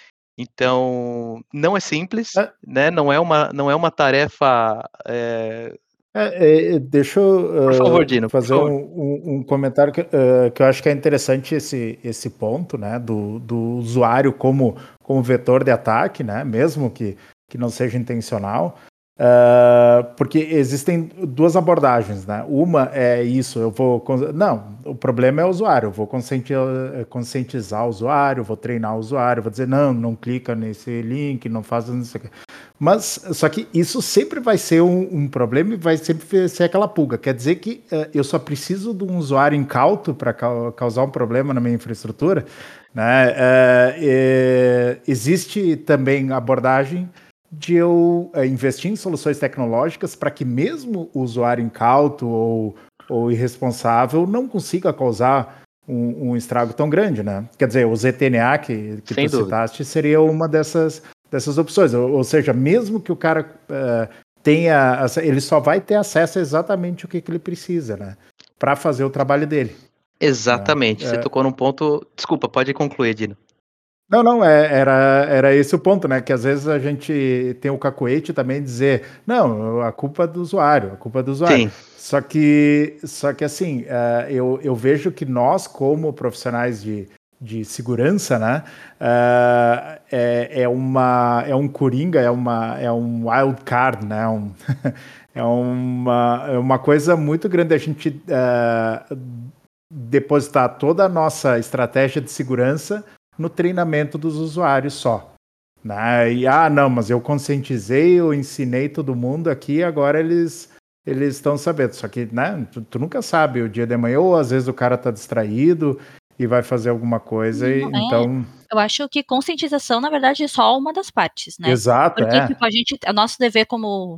S4: Então, não é simples,
S1: É.
S4: né, não é uma, não é uma tarefa... É...
S1: É, é, deixa eu
S4: Por favor,
S1: uh,
S4: Dino, por
S1: fazer
S4: favor.
S1: um, um, um comentário que, uh, que eu acho que é interessante esse, esse ponto, né, do, do usuário como, como vetor de ataque, né, mesmo que, que não seja intencional, uh, porque existem duas abordagens, né, uma é isso, eu vou, não, o problema é o usuário, eu vou conscientizar, conscientizar o usuário, vou treinar o usuário, vou dizer, não, não clica nesse link, não faz isso aqui. Mas, só que isso sempre vai ser um, um problema e vai sempre ser aquela pulga. Quer dizer que uh, eu só preciso de um usuário incauto para ca causar um problema na minha infraestrutura, né? Uh, e, existe também a abordagem de eu uh, investir em soluções tecnológicas para que mesmo o usuário incauto ou, ou irresponsável não consiga causar um, um estrago tão grande, né? Quer dizer, o Z T N A que, que tu
S4: dúvida.
S1: citaste seria uma dessas... dessas opções, ou, ou seja, mesmo que o cara uh, tenha, ele só vai ter acesso a exatamente o que, que ele precisa, né, para fazer o trabalho dele.
S4: Exatamente,
S1: é,
S4: você
S1: é...
S4: tocou num ponto, desculpa, pode concluir, Dino.
S1: Não, não, é, era, era esse o ponto, né, que às vezes a gente tem o cacoete também de dizer, não, a culpa é do usuário, a culpa é do usuário. Sim. Só que, só que assim, uh, eu, eu vejo que nós, como profissionais de de segurança, né, uh, é, é, uma, é um coringa, é, uma, é um wild card, né, um, é, uma, é uma coisa muito grande a gente uh, depositar toda a nossa estratégia de segurança no treinamento dos usuários só. Né, e, ah, não, mas eu conscientizei, eu ensinei todo mundo aqui, agora eles... eles estão sabendo, só que, né, tu, tu nunca sabe o dia de amanhã, ou às vezes o cara tá distraído e vai fazer alguma coisa, e,
S3: Não,
S1: então...
S3: É. Eu acho que conscientização, na verdade, é só uma das partes, né?
S1: Exato,
S3: Porque,
S1: é.
S3: tipo, a gente, o nosso dever como,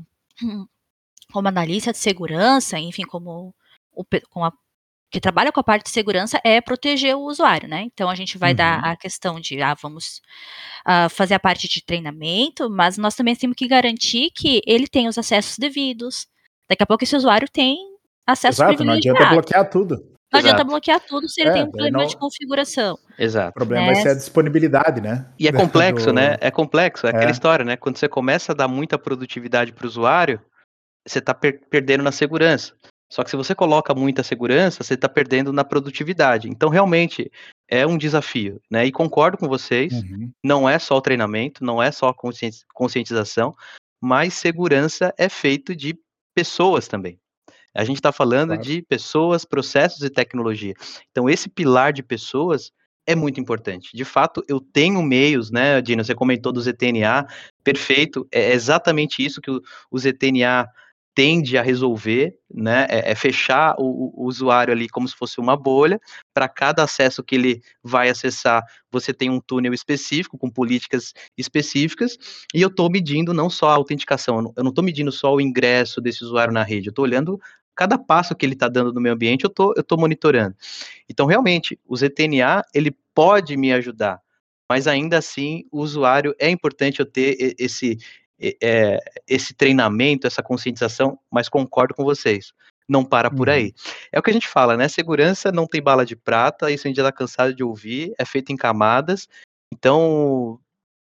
S3: como analista de segurança, enfim, como o, com a, que trabalha com a parte de segurança, é proteger o usuário, né? Então, a gente vai uhum. dar a questão de, ah, vamos uh, fazer a parte de treinamento, mas nós também temos que garantir que ele tem os acessos devidos. Daqui a pouco esse usuário tem acesso
S1: Exato,
S3: privilegiado.
S1: Não adianta bloquear tudo.
S3: Não
S4: Exato.
S3: adianta bloquear tudo se ele
S1: é,
S3: tem um problema
S1: não...
S3: de configuração.
S4: Exato.
S1: O problema
S3: né?
S1: vai ser a disponibilidade, né?
S4: E é complexo,
S1: Do...
S4: né? É complexo, é,
S1: é
S4: aquela história, né? Quando você começa a dar muita produtividade para o usuário, você está per perdendo na segurança. Só que se você coloca muita segurança, você está perdendo na produtividade. Então, realmente, é um desafio, né? E concordo com vocês, uhum. não é só o treinamento, não é só a conscientização, mas segurança é feito de pessoas também. A gente está falando claro. de pessoas, processos e tecnologia. Então, esse pilar de pessoas é muito importante. De fato, eu tenho meios, né, Dino, você comentou do Z T N A, perfeito, é exatamente isso que o, o Z T N A tende a resolver, né, é, é fechar o, o usuário ali como se fosse uma bolha, para cada acesso que ele vai acessar, você tem um túnel específico, com políticas específicas, e eu estou medindo não só a autenticação, eu não estou medindo só o ingresso desse usuário na rede, eu estou olhando cada passo que ele está dando no meu ambiente, eu tô, eu tô monitorando. Então, realmente, o Z T N A, ele pode me ajudar, mas ainda assim, o usuário, é importante eu ter esse, é, esse treinamento, essa conscientização, mas concordo com vocês. não para por
S1: Uhum.
S4: aí. É o que a gente fala, né? Segurança não tem bala de prata, isso a gente já tá cansado de ouvir, é feito em camadas. Então,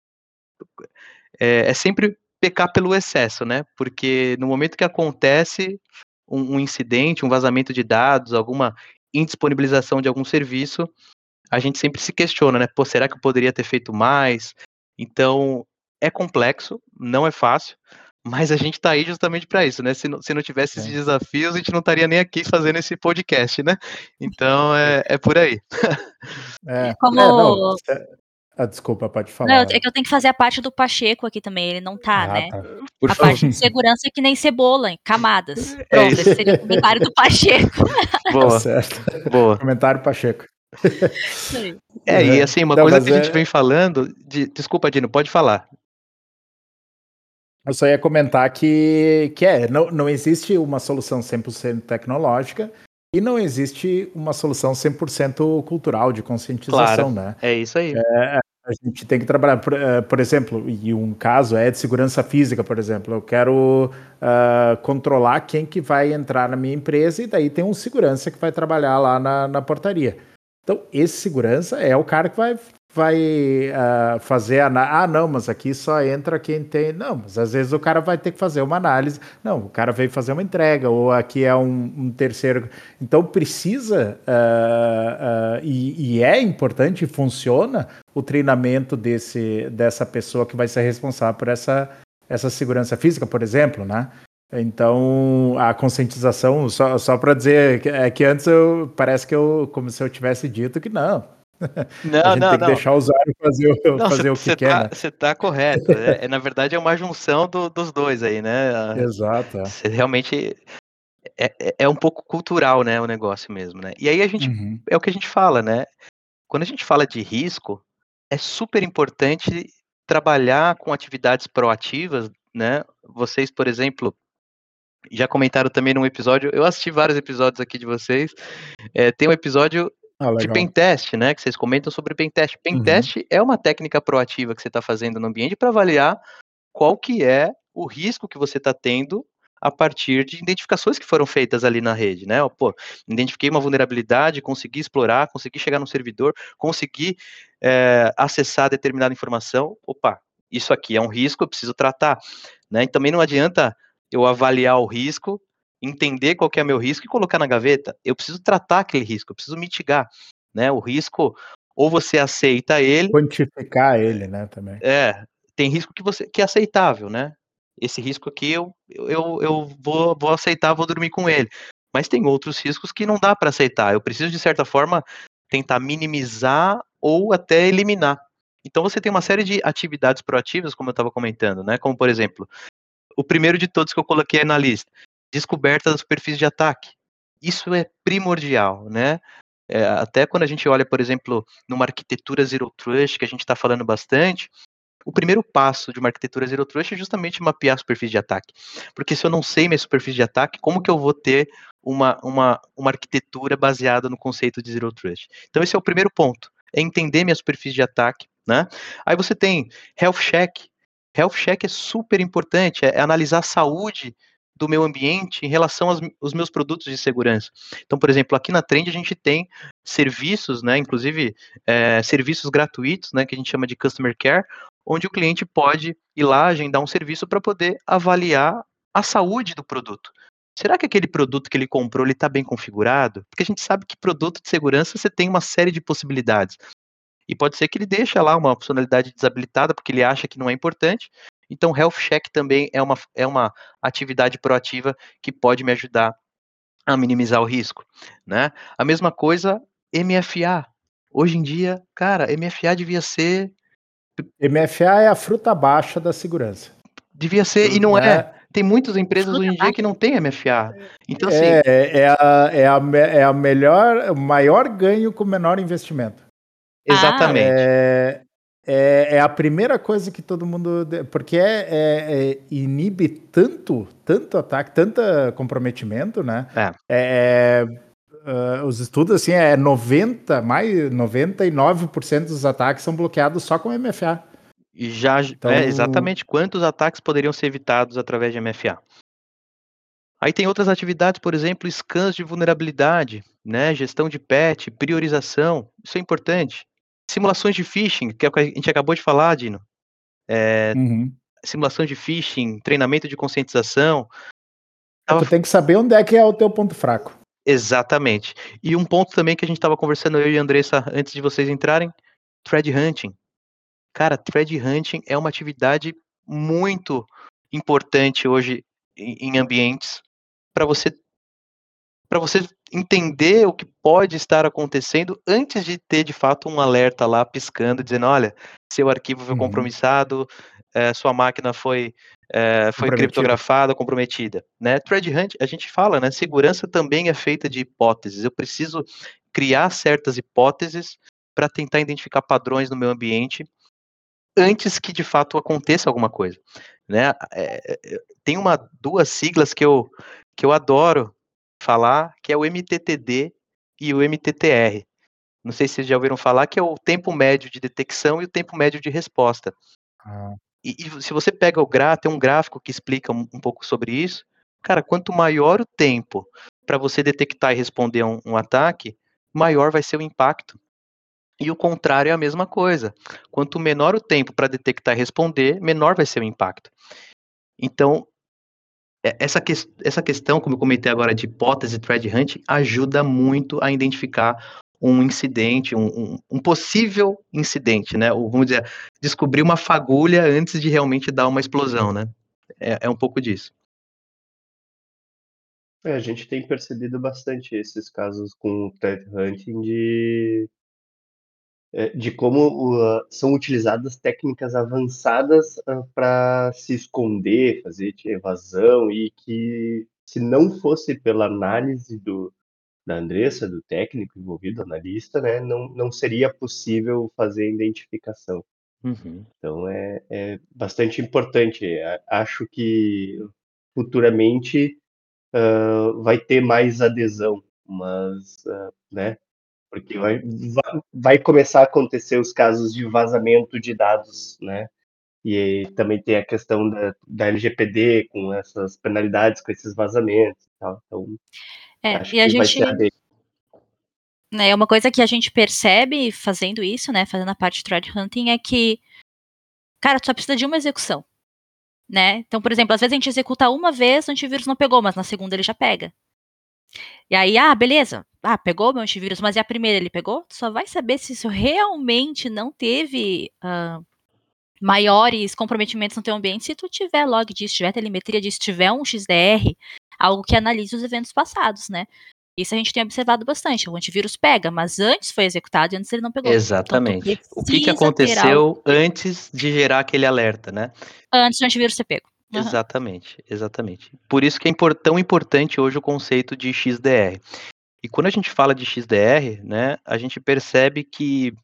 S4: é, é sempre pecar pelo excesso, né? Porque no momento que acontece um, um incidente, um vazamento de dados, alguma indisponibilização de algum serviço, a gente sempre se questiona, né? Pô, será que eu poderia ter feito mais? Então, é complexo, não é fácil, mas a gente tá aí justamente para isso, né? Se não, se não tivesse esses
S1: Sim.
S4: desafios, a gente não estaria nem aqui fazendo esse podcast, né? Então, é, é por aí.
S1: É,
S3: Como.
S1: é, não. cê- Ah, desculpa, pode
S3: Não,
S1: falar.
S3: é que eu tenho que fazer a parte do Pacheco aqui também, ele não tá,
S1: Ah,
S3: né?
S1: tá.
S4: Por
S3: A
S4: favor.
S3: parte de segurança é que nem cebola, em camadas.
S4: É
S3: Pronto,
S4: isso.
S3: esse seria o comentário do Pacheco.
S1: Tá
S4: Boa,
S1: certo.
S4: boa.
S1: Comentário Pacheco.
S3: Isso aí.
S4: É, e
S1: É,
S4: assim, uma
S1: Não,
S4: coisa
S1: mas
S4: que a gente vem
S1: é,
S4: falando. De... Desculpa, Dino, pode falar.
S1: eu só ia comentar que, que é, não, não existe uma solução cem por cento tecnológica e não existe uma solução cem por cento cultural de
S4: Claro,
S1: conscientização, né?
S4: é isso aí.
S1: A gente tem que trabalhar, por, eh, por exemplo, e um caso é de segurança física, por exemplo. Eu quero ah, controlar quem que vai entrar na minha empresa e daí tem um segurança que vai trabalhar lá na, na portaria. Então, esse segurança é o cara que vai, vai ah, fazer a... Ah, não, mas aqui só entra quem tem... Não, mas às vezes o cara vai ter que fazer uma análise. Não, o cara veio fazer uma entrega, ou aqui é um, um terceiro... Então, precisa, ah, ah, e, e é importante, e funciona o treinamento desse, dessa pessoa que vai ser responsável por essa, essa segurança física, por exemplo, né? Então, a conscientização, só, só para dizer, que, é que antes eu, parece que eu, como se eu tivesse dito que não. A
S4: Não,
S1: gente
S4: não,
S1: tem que
S4: não.
S1: deixar o usuário fazer, o-
S4: Não,
S1: fazer o que
S4: você
S1: quer,
S4: tá,
S1: né?
S4: você tá correto. É, é, na verdade, é uma junção do- dos dois aí, né? A-
S1: Exato. É.
S4: Você realmente é, é- é um pouco cultural, né, o negócio mesmo, né? E aí a gente
S1: Uhum.
S4: é o que a gente fala, né? Quando a gente fala de risco, é super importante trabalhar com atividades proativas, né? Vocês, por exemplo, já comentaram também num episódio, eu assisti vários episódios aqui de vocês. É, tem um episódio
S1: Ah,
S4: de
S1: legal.
S4: pentest, né? Que vocês comentam sobre pentest.
S1: Uhum.
S4: Pentest é uma técnica proativa que você está fazendo no ambiente para avaliar qual que é o risco que você está tendo a partir de identificações que foram feitas ali na rede, né? Pô, identifiquei uma vulnerabilidade, consegui explorar, consegui chegar no servidor, consegui é, acessar determinada informação. Opa, isso aqui é um risco, eu preciso tratar, né? E também não adianta eu avaliar o risco, entender qual que é o meu risco e colocar na gaveta. Eu preciso tratar aquele risco, eu preciso mitigar, né? O risco, ou você aceita ele,
S1: Quantificar ele, né, também.
S4: é, tem risco que você que é aceitável, né? Esse risco aqui eu, eu, eu vou, vou aceitar, vou dormir com ele. Mas tem outros riscos que não dá para aceitar. Eu preciso, de certa forma, tentar minimizar ou até eliminar. Então você tem uma série de atividades proativas, como eu estava comentando, né? Como, por exemplo, o primeiro de todos que eu coloquei na lista, descoberta dos perfis de ataque. Isso é primordial, né? É, até quando a gente olha, por exemplo, numa arquitetura Zero Trust, que a gente está falando bastante, o primeiro passo de uma arquitetura Zero Trust é justamente mapear os perfis de ataque. Porque se eu não sei meus perfis de ataque, como que eu vou ter uma, uma, uma arquitetura baseada no conceito de Zero Trust? Então esse é o primeiro ponto, é entender meus perfis de ataque, né? Aí você tem Health Check. Health Check é super importante, é, é analisar a saúde do meu ambiente em relação aos, aos meus produtos de segurança. Então, por exemplo, aqui na Trend a gente tem serviços, né, inclusive é, serviços gratuitos, né, que a gente chama de Customer Care, onde o cliente pode ir lá agendar um serviço para poder avaliar a saúde do produto. Será que aquele produto que ele comprou ele está bem configurado? Porque a gente sabe que produto de segurança você tem uma série de possibilidades. E pode ser que ele deixe lá uma funcionalidade desabilitada porque ele acha que não é importante. Então, Health Check também é uma, é uma atividade proativa que pode me ajudar a minimizar o risco, né? A mesma coisa, M F A. Hoje em dia, cara, M F A devia ser
S1: M F A é a fruta baixa da segurança,
S4: Devia ser, e não é.
S1: né?
S4: Tem muitas empresas
S3: Fruta
S4: hoje em dia que
S3: baixa.
S4: não tem M F A. Então, assim,
S1: É, é, a, é, a, me- é a melhor, o maior ganho com menor investimento.
S3: Ah,
S4: exatamente.
S1: É, é, é a primeira coisa que todo mundo. de- Porque é, é- é- inibe tanto, tanto ataque, tanto comprometimento, né?
S4: É,
S1: É, é, ah, os estudos, assim, é noventa mais noventa e nove por cento dos ataques são bloqueados só com M F A.
S4: e já, é
S1: Então,
S4: exatamente quantos ataques poderiam ser evitados através de M F A. Aí tem outras atividades, por exemplo, scans de vulnerabilidade, né? Gestão de patch, priorização, isso é importante. Simulações de phishing, que é o que a gente acabou de falar, Dino. É,
S1: Uhum.
S4: simulação de phishing, treinamento de conscientização.
S1: É, tu tem que saber onde é que é o teu ponto fraco.
S4: Exatamente. E um ponto também que a gente estava conversando, eu e a Andressa, antes de vocês entrarem, thread hunting. Cara, thread hunting é uma atividade muito importante hoje em, em ambientes para você para você entender o que pode estar acontecendo antes de ter de fato um alerta lá piscando, dizendo, olha, seu arquivo foi
S1: Uhum.
S4: compromissado, é, sua máquina foi, é, foi criptografada, comprometida. Né? Thread hunt, a gente fala, né? Segurança também é feita de hipóteses. Eu preciso criar certas hipóteses para tentar identificar padrões no meu ambiente antes que de fato aconteça alguma coisa. Né? É, tem uma, duas siglas que eu, que eu adoro falar, que é o M T T D e o M T T R. Não sei se vocês já ouviram falar, que é o tempo médio de detecção e o tempo médio de resposta.
S1: Ah.
S4: E, e se você pega o gráfico, tem um gráfico que explica um, um pouco sobre isso. Cara, quanto maior o tempo para você detectar e responder a um, um ataque, maior vai ser o impacto. E o contrário é a mesma coisa. Quanto menor o tempo para detectar e responder, menor vai ser o impacto. Então, essa, que, essa questão, como eu comentei agora, de hipótese thread hunting, ajuda muito a identificar um incidente, um, um, um possível incidente, né? Ou, vamos dizer, descobrir uma fagulha antes de realmente dar uma explosão, né? É, é um pouco disso.
S2: É, a gente tem percebido bastante esses casos com o threat hunting de, de como uh, são utilizadas técnicas avançadas uh, para se esconder, fazer evasão, e que se não fosse pela análise do, da Andressa, do técnico envolvido, analista, né, não, não seria possível fazer a identificação.
S4: Uhum.
S2: Então é, é bastante importante. Acho que futuramente uh, vai ter mais adesão, mas, uh, né, porque vai, vai, vai começar a acontecer os casos de vazamento de dados, né, e também tem a questão da, da L G P D com essas penalidades, com esses vazamentos e tal. Então,
S3: é,
S2: acho
S3: e a
S2: que vai
S3: gente,
S2: ser a dele.
S3: Né, uma coisa que a gente percebe fazendo isso, né, fazendo a parte de thread hunting, é que, cara, tu só precisa de uma execução, né? Então, por exemplo, às vezes a gente executa uma vez, o antivírus não pegou, mas na segunda ele já pega. E aí, ah, beleza, ah, pegou meu antivírus, mas e a primeira ele pegou? Tu só vai saber se isso realmente não teve uh, maiores comprometimentos no teu ambiente se tu tiver log disso, tiver telemetria disso, tiver um X D R, algo que analise os eventos passados, né? Isso a gente tem observado bastante. O antivírus pega, mas antes foi executado e antes ele não pegou.
S4: Exatamente.
S3: Então,
S4: o que, que
S3: algo
S4: aconteceu antes de gerar aquele alerta, né?
S3: antes do antivírus ser pego. Uhum.
S4: Exatamente, exatamente. Por isso que é tão importante hoje o conceito de X D R. E quando a gente fala de X D R, né, a gente percebe que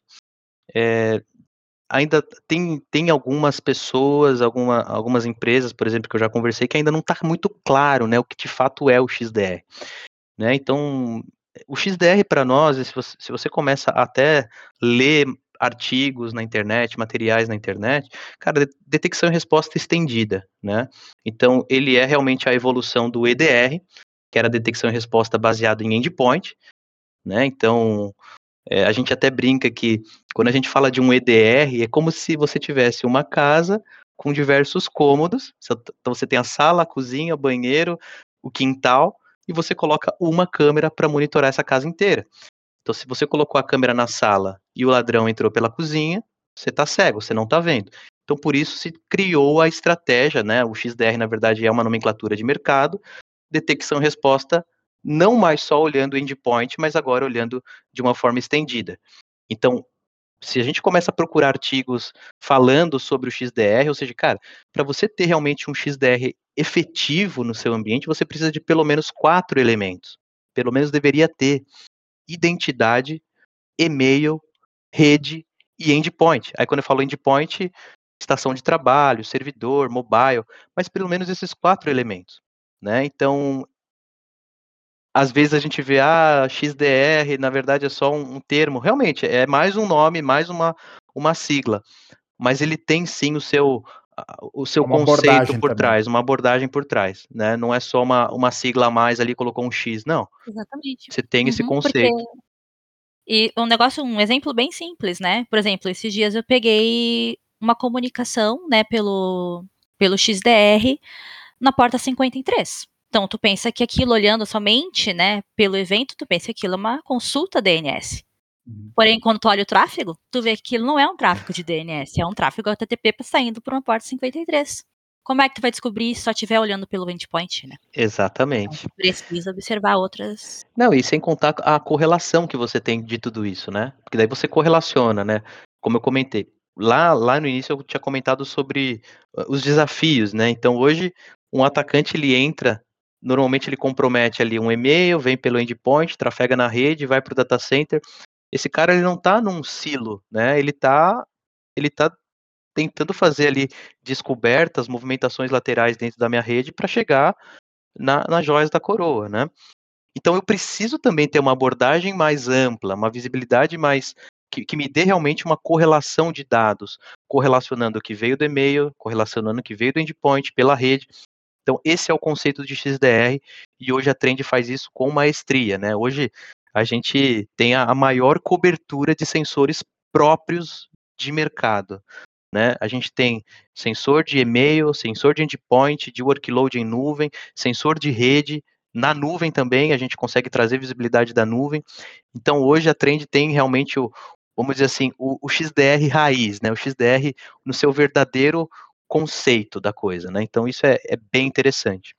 S4: é, ainda tem, tem algumas pessoas, alguma, algumas empresas, por exemplo, que eu já conversei, que ainda não está muito claro, né, o que de fato é o X D R. Né? Então, o X D R para nós, se você, se você começa a até ler artigos na internet, materiais na internet, cara, detecção e resposta estendida, né? Então, ele é realmente a evolução do E D R, que era detecção e resposta baseado em endpoint, né? Então, é, a gente até brinca que quando a gente fala de um E D R, é como se você tivesse uma casa com diversos cômodos, então você tem a sala, a cozinha, o banheiro, o quintal, e você coloca uma câmera para monitorar essa casa inteira. Então, se você colocou a câmera na sala e o ladrão entrou pela cozinha, você está cego, você não está vendo. Então, por isso se criou a estratégia, né? O X D R, na verdade, é uma nomenclatura de mercado, detecção e resposta, não mais só olhando o endpoint, mas agora olhando de uma forma estendida. Então, se a gente começa a procurar artigos falando sobre o X D R, ou seja, cara, para você ter realmente um X D R efetivo no seu ambiente, você precisa de pelo menos quatro elementos. Pelo menos deveria ter identidade, e-mail, rede e endpoint. Aí quando eu falo endpoint, estação de trabalho, servidor, mobile, mas pelo menos esses quatro elementos, né? Então, às vezes a gente vê, ah, X D R, na verdade é só um, um termo. Realmente, é mais um nome, mais uma, uma sigla. Mas ele tem sim o seu, o seu
S1: Uma
S4: conceito
S1: abordagem
S4: por
S1: também.
S4: trás, uma abordagem por trás, né? Não é só uma, uma sigla a mais ali, colocou um X, não.
S3: Exatamente.
S4: Você tem esse
S3: Uhum, porque
S4: conceito.
S3: e um negócio, um exemplo bem simples, né? Por exemplo, esses dias eu peguei uma comunicação, né, pelo pelo X D R na porta cinquenta e três. Então tu pensa que aquilo, olhando somente, né, pelo evento, tu pensa que aquilo é uma consulta D N S.
S1: Uhum.
S3: Porém, quando tu olha o tráfego, tu vê que aquilo não é um tráfego de D N S, é um tráfego H T T P saindo por uma porta cinquenta e três. Como é que tu vai descobrir se só estiver olhando pelo endpoint, né? Então,
S4: Exatamente.
S3: tu precisa observar outras.
S4: Não, e sem contar a correlação que você tem de tudo isso, né? Porque daí você correlaciona, né? Como eu comentei. Lá, lá no início eu tinha comentado sobre uh, os desafios, né? Então hoje um atacante ele entra, normalmente ele compromete ali um e-mail, vem pelo endpoint, trafega na rede, vai para o data center. Esse cara ele não está num silo, né? Ele está ele tá tentando fazer ali descobertas, movimentações laterais dentro da minha rede para chegar na, nas joias da coroa, né? Então eu preciso também ter uma abordagem mais ampla, uma visibilidade mais que, que me dê realmente uma correlação de dados, correlacionando o que veio do e-mail, correlacionando o que veio do endpoint pela rede. Então esse é o conceito de X D R e hoje a Trend faz isso com maestria, né? Hoje a gente tem a, a maior cobertura de sensores próprios de mercado, né? A gente tem sensor de e-mail, sensor de endpoint, de workload em nuvem, sensor de rede, na nuvem também, a gente consegue trazer visibilidade da nuvem. Então, hoje a Trend tem realmente o, vamos dizer assim, o, o X D R raiz, né? O X D R no seu verdadeiro conceito da coisa, né? Então, isso é, é bem interessante.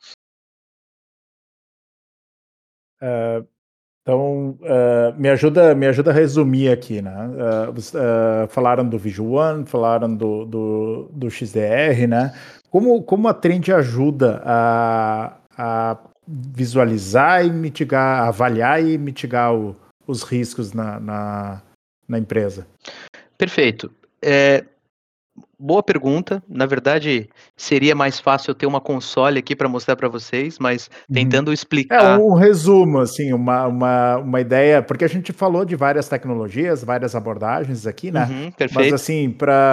S1: Uh, então, uh, me ajuda, me ajuda a resumir aqui, né? Uh, uh, falaram do Visual One, falaram do, do, do X D R, né? Como, como a Trend ajuda a, a visualizar e mitigar, avaliar e mitigar o, os riscos na, na, na empresa?
S4: Perfeito. É, boa pergunta. Na verdade, seria mais fácil eu ter uma console aqui para mostrar para vocês, mas tentando
S1: Uhum.
S4: explicar.
S1: É um resumo, assim, uma, uma, uma ideia, porque a gente falou de várias tecnologias, várias abordagens aqui, né?
S4: Uhum, perfeito.
S1: Mas assim,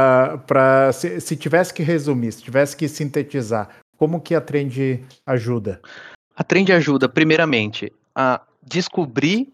S1: para se, se tivesse que resumir, se tivesse que sintetizar, como que a Trend ajuda?
S4: A Trend ajuda, primeiramente, a descobrir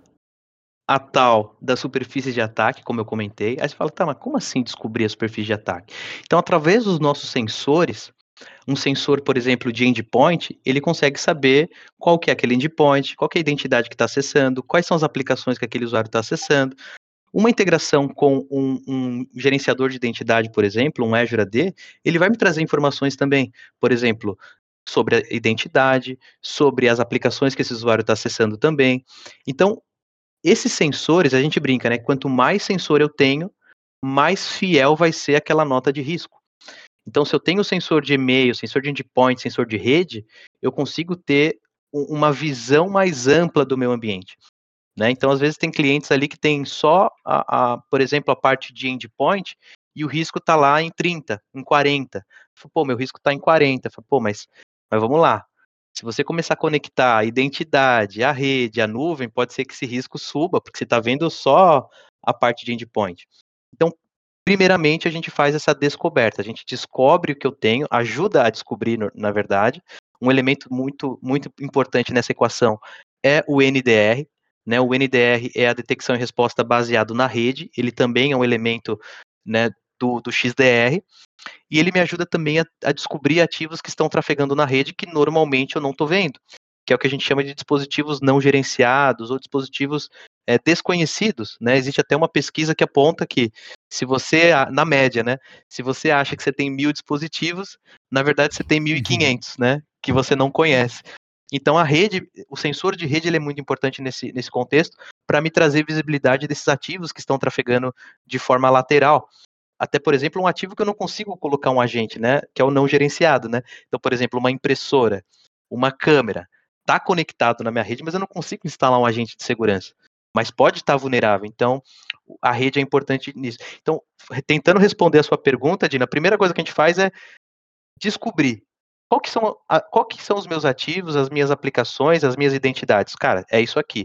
S4: a tal da superfície de ataque, como eu comentei. Aí você fala, tá, mas como assim descobrir a superfície de ataque? Então, através dos nossos sensores, um sensor, por exemplo, de endpoint, ele consegue saber qual que é aquele endpoint, qual que é a identidade que está acessando, quais são as aplicações que aquele usuário está acessando. Uma integração com um, um gerenciador de identidade, por exemplo, um Azure A D, ele vai me trazer informações também, por exemplo, sobre a identidade, sobre as aplicações que esse usuário está acessando também. Então, esses sensores, a gente brinca, né? Quanto mais sensor eu tenho, mais fiel vai ser aquela nota de risco. Então, se eu tenho sensor de e-mail, sensor de endpoint, sensor de rede, eu consigo ter uma visão mais ampla do meu ambiente. Né? Então, às vezes, tem clientes ali que tem só, a, a, por exemplo, a parte de endpoint e o risco está lá em trinta, em quarenta. Pô, meu risco está em quarenta. Pô, mas, mas vamos lá. Se você começar a conectar a identidade, a rede, a nuvem, pode ser que esse risco suba, porque você está vendo só a parte de endpoint. Então, primeiramente, a gente faz essa descoberta. A gente descobre o que eu tenho, ajuda a descobrir, na verdade. Um elemento muito, muito importante nessa equação é o N D R. Né, o N D R é a detecção e resposta baseado na rede, ele também é um elemento, né, do, do X D R, e ele me ajuda também a, a descobrir ativos que estão trafegando na rede que normalmente eu não estou vendo, que é o que a gente chama de dispositivos não gerenciados ou dispositivos é, desconhecidos. Né? Existe até uma pesquisa que aponta que se você, na média, né, se você acha que você tem mil dispositivos, na verdade você tem mil e quinhentos, né, que você não conhece. Então a rede, o sensor de rede ele é muito importante nesse, nesse contexto para me trazer visibilidade desses ativos que estão trafegando de forma lateral. Até, por exemplo, um ativo que eu não consigo colocar um agente, né, que é o não gerenciado, né? Então, por exemplo, uma impressora, uma câmera, está conectado na minha rede, mas eu não consigo instalar um agente de segurança. Mas pode estar vulnerável. Então, a rede é importante nisso. Então, tentando responder a sua pergunta, Dina, a primeira coisa que a gente faz é descobrir qual que são, a, qual que são os meus ativos, as minhas aplicações, as minhas identidades. Cara, é isso aqui.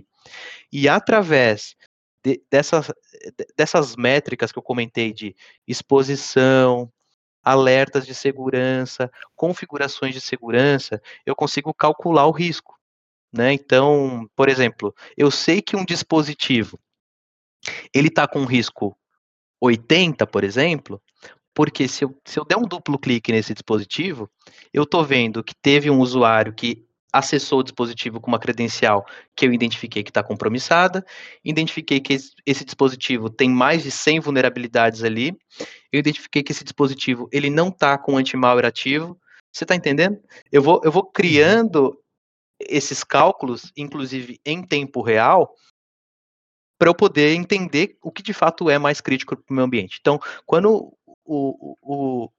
S4: E através de, dessas, dessas métricas que eu comentei de exposição, alertas de segurança, configurações de segurança, eu consigo calcular o risco, né? Então, por exemplo, eu sei que um dispositivo ele está com risco oitenta, por exemplo, porque se eu, se eu der um duplo clique nesse dispositivo, eu estou vendo que teve um usuário que acessou o dispositivo com uma credencial que eu identifiquei que está compromissada, identifiquei que esse, esse dispositivo tem mais de cem vulnerabilidades ali, eu identifiquei que esse dispositivo ele não está com anti-malware ativo. Você está entendendo? Eu vou, eu vou criando esses cálculos, inclusive em tempo real, para eu poder entender o que de fato é mais crítico para o meu ambiente. Então, quando o, o,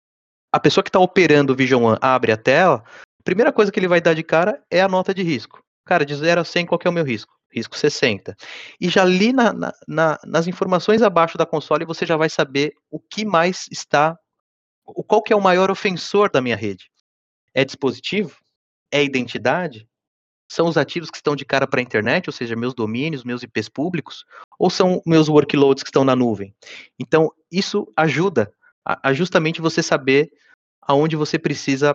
S4: a pessoa que está operando o Vision One abre a tela, a primeira coisa que ele vai dar de cara é a nota de risco. Cara, de zero a cem, qual que é o meu risco? Risco sessenta. E já ali na, na, na, nas informações abaixo da console, você já vai saber o que mais está, qual que é o maior ofensor da minha rede. É dispositivo? É identidade? São os ativos que estão de cara para a internet, ou seja, meus domínios, meus I Ps públicos, ou são meus workloads que estão na nuvem? Então, isso ajuda a, a justamente você saber aonde você precisa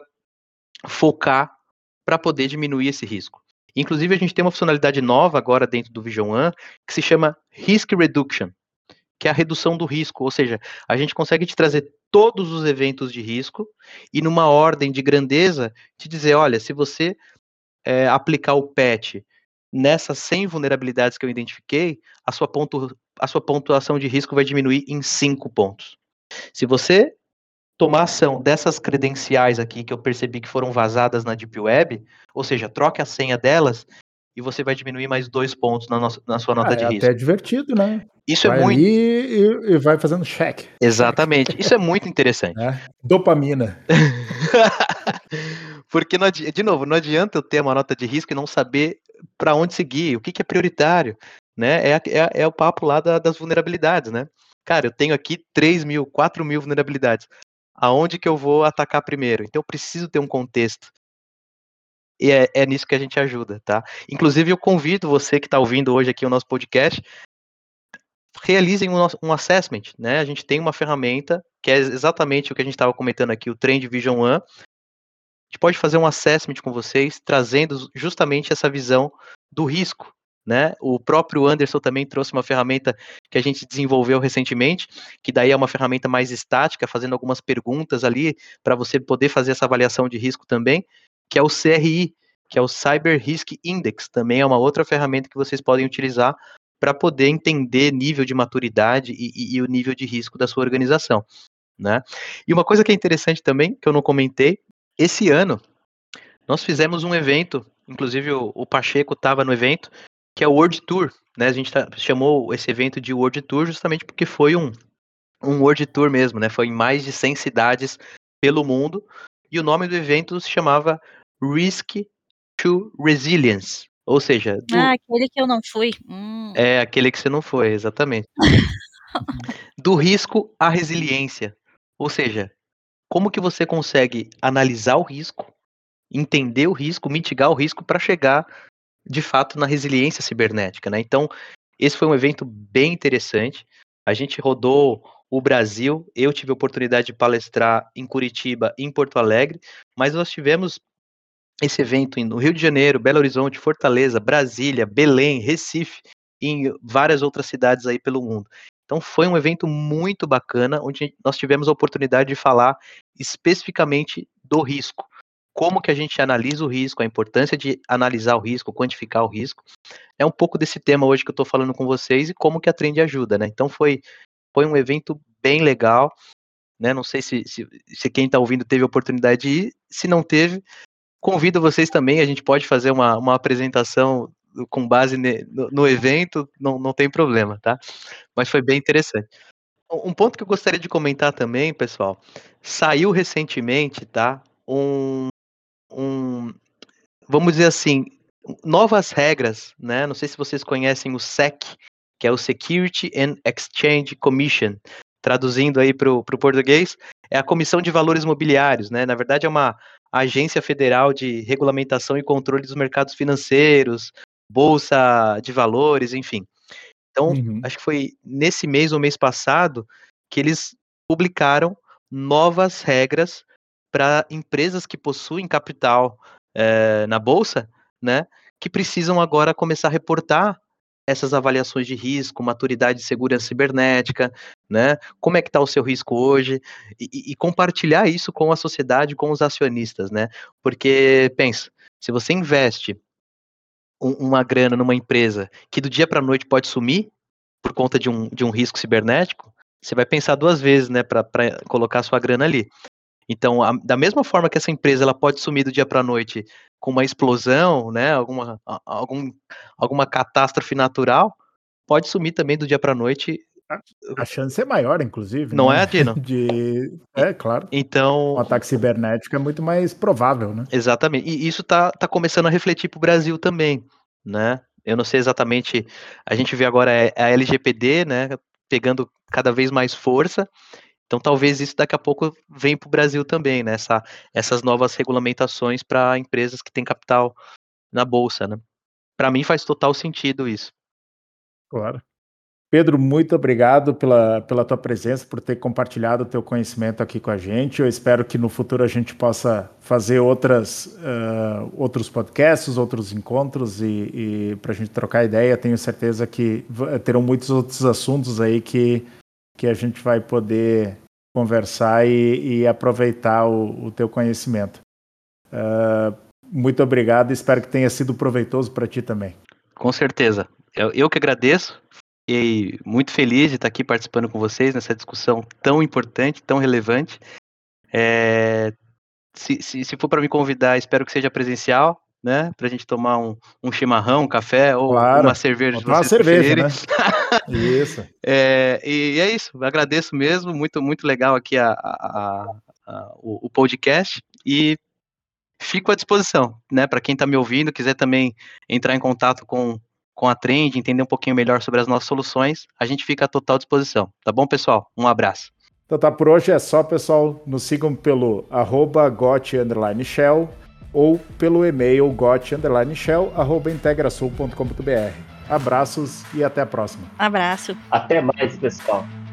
S4: focar para poder diminuir esse risco. Inclusive, a gente tem uma funcionalidade nova agora dentro do Vision One, que se chama Risk Reduction, que é a redução do risco, ou seja, a gente consegue te trazer todos os eventos de risco e numa ordem de grandeza te dizer, olha, se você é, aplicar o patch nessas cem vulnerabilidades que eu identifiquei, a sua, pontu, a sua pontuação de risco vai diminuir em cinco pontos. Se você tomar ação dessas credenciais aqui que eu percebi que foram vazadas na Deep Web, ou seja, troque a senha delas e você vai diminuir mais dois pontos na, nossa, na sua nota
S1: ah,
S4: de
S1: é
S4: risco.
S1: É até divertido, né?
S4: Isso
S1: vai
S4: é muito...
S1: ali e, e vai fazendo check.
S4: Exatamente.
S1: Check.
S4: Isso é muito interessante.
S1: É. Dopamina.
S4: Porque, não adi... de novo, não adianta eu ter uma nota de risco e não saber para onde seguir, o que, que é prioritário, né? É, é, é o papo lá da, das vulnerabilidades, né? Cara, eu tenho aqui três mil, quatro mil vulnerabilidades. Aonde que eu vou atacar primeiro? Então eu preciso ter um contexto. E é, é nisso que a gente ajuda, tá? Inclusive eu convido você que está ouvindo hoje aqui o nosso podcast, realizem um, um assessment, né? A gente tem uma ferramenta que é exatamente o que a gente estava comentando aqui, o Trend Vision One. A gente pode fazer um assessment com vocês, trazendo justamente essa visão do risco, né? O próprio Anderson também trouxe uma ferramenta que a gente desenvolveu recentemente, que daí é uma ferramenta mais estática, fazendo algumas perguntas ali, para você poder fazer essa avaliação de risco também, que é o C R I, que é o Cyber Risk Index, também é uma outra ferramenta que vocês podem utilizar para poder entender nível de maturidade e, e, e o nível de risco da sua organização, né? E uma coisa que é interessante também, que eu não comentei, esse ano nós fizemos um evento, inclusive o, o Pacheco estava no evento, que é o World Tour, né? A gente tá, chamou esse evento de World Tour justamente porque foi um, um World Tour mesmo, né? Foi em mais de cem cidades pelo mundo, e o nome do evento se chamava Risk to Resilience, ou seja... Do...
S3: Ah, aquele que eu não fui. Hum.
S4: É, aquele que você não foi, exatamente. Do risco à resiliência, ou seja, como que você consegue analisar o risco, entender o risco, mitigar o risco para chegar, de fato, na resiliência cibernética, né? Então, esse foi um evento bem interessante. A gente rodou o Brasil, eu tive a oportunidade de palestrar em Curitiba, em Porto Alegre, mas nós tivemos esse evento no Rio de Janeiro, Belo Horizonte, Fortaleza, Brasília, Belém, Recife, e em várias outras cidades aí pelo mundo. Então foi um evento muito bacana, onde nós tivemos a oportunidade de falar especificamente do risco. Como que a gente analisa o risco, a importância de analisar o risco, quantificar o risco. É um pouco desse tema hoje que eu estou falando com vocês e como que a Trend ajuda, né? Então foi, foi um evento bem legal, né? Não sei se, se, se quem está ouvindo teve a oportunidade de ir, se não teve, convido vocês também, a gente pode fazer uma, uma apresentação com base ne, no, no evento, não, não tem problema, tá? Mas foi bem interessante. Um ponto que eu gostaria de comentar também, pessoal, saiu recentemente, tá? Um, um vamos dizer assim, novas regras, né? Não sei se vocês conhecem o S E C, que é o Security and Exchange Commission, traduzindo aí para o português, é a Comissão de Valores Mobiliários, né? Na verdade é uma agência federal de regulamentação e controle dos mercados financeiros, bolsa de valores, enfim. Então, uhum. acho que foi nesse mês ou mês passado que eles publicaram novas regras para empresas que possuem capital é, na bolsa, né, que precisam agora começar a reportar essas avaliações de risco, maturidade de segurança cibernética, né, como é que está o seu risco hoje, e, e compartilhar isso com a sociedade, com os acionistas, né, porque, pensa, se você investe um, uma grana numa empresa que do dia para a noite pode sumir por conta de um, de um risco cibernético, você vai pensar duas vezes, né, para colocar sua grana ali. Então, a, da mesma forma que essa empresa ela pode sumir do dia para a noite com uma explosão, né, alguma, a, algum, alguma catástrofe natural, pode sumir também do dia para a noite.
S1: A chance é maior, inclusive.
S4: Não
S1: né?
S4: é, Dino?
S1: De... É, claro.
S4: Então,
S1: um ataque cibernético é muito mais provável, né?
S4: Exatamente. E isso está tá começando a refletir para o Brasil também, né? Eu não sei exatamente. A gente vê agora a L G P D, né, pegando cada vez mais força. Então, talvez isso daqui a pouco venha para o Brasil também, né? Essa, essas novas regulamentações para empresas que têm capital na bolsa, né? Para mim faz total sentido isso.
S1: Claro. Pedro, muito obrigado pela, pela tua presença, por ter compartilhado o teu conhecimento aqui com a gente. Eu espero que no futuro a gente possa fazer outras, uh, outros podcasts, outros encontros e, e para a gente trocar ideia. Tenho certeza que terão muitos outros assuntos aí que, que a gente vai poder conversar e, e aproveitar o, o teu conhecimento. Uh, muito obrigado e espero que tenha sido proveitoso para ti também.
S4: Com certeza. Eu, eu que agradeço. Fiquei muito feliz de estar aqui participando com vocês nessa discussão tão importante, tão relevante. É, se, se, se for para me convidar, espero que seja presencial, né? Para a gente tomar um, um chimarrão, um café ou
S1: claro,
S4: uma cerveja, se vocês
S1: uma cerveja,
S4: preferirem.
S1: Né? Isso.
S4: É, e é isso. Agradeço mesmo. Muito, muito legal aqui a, a, a, o, o podcast e fico à disposição, né? Para quem está me ouvindo, quiser também entrar em contato com com a Trend, entender um pouquinho melhor sobre as nossas soluções, a gente fica à total disposição. Tá bom, pessoal? Um abraço.
S1: Então tá, por hoje é só, pessoal. Nos sigam pelo arroba got underline shell ou pelo e-mail got underline shell arroba integrasul ponto com ponto br. Abraços e até a próxima.
S3: Abraço.
S2: Até mais, pessoal.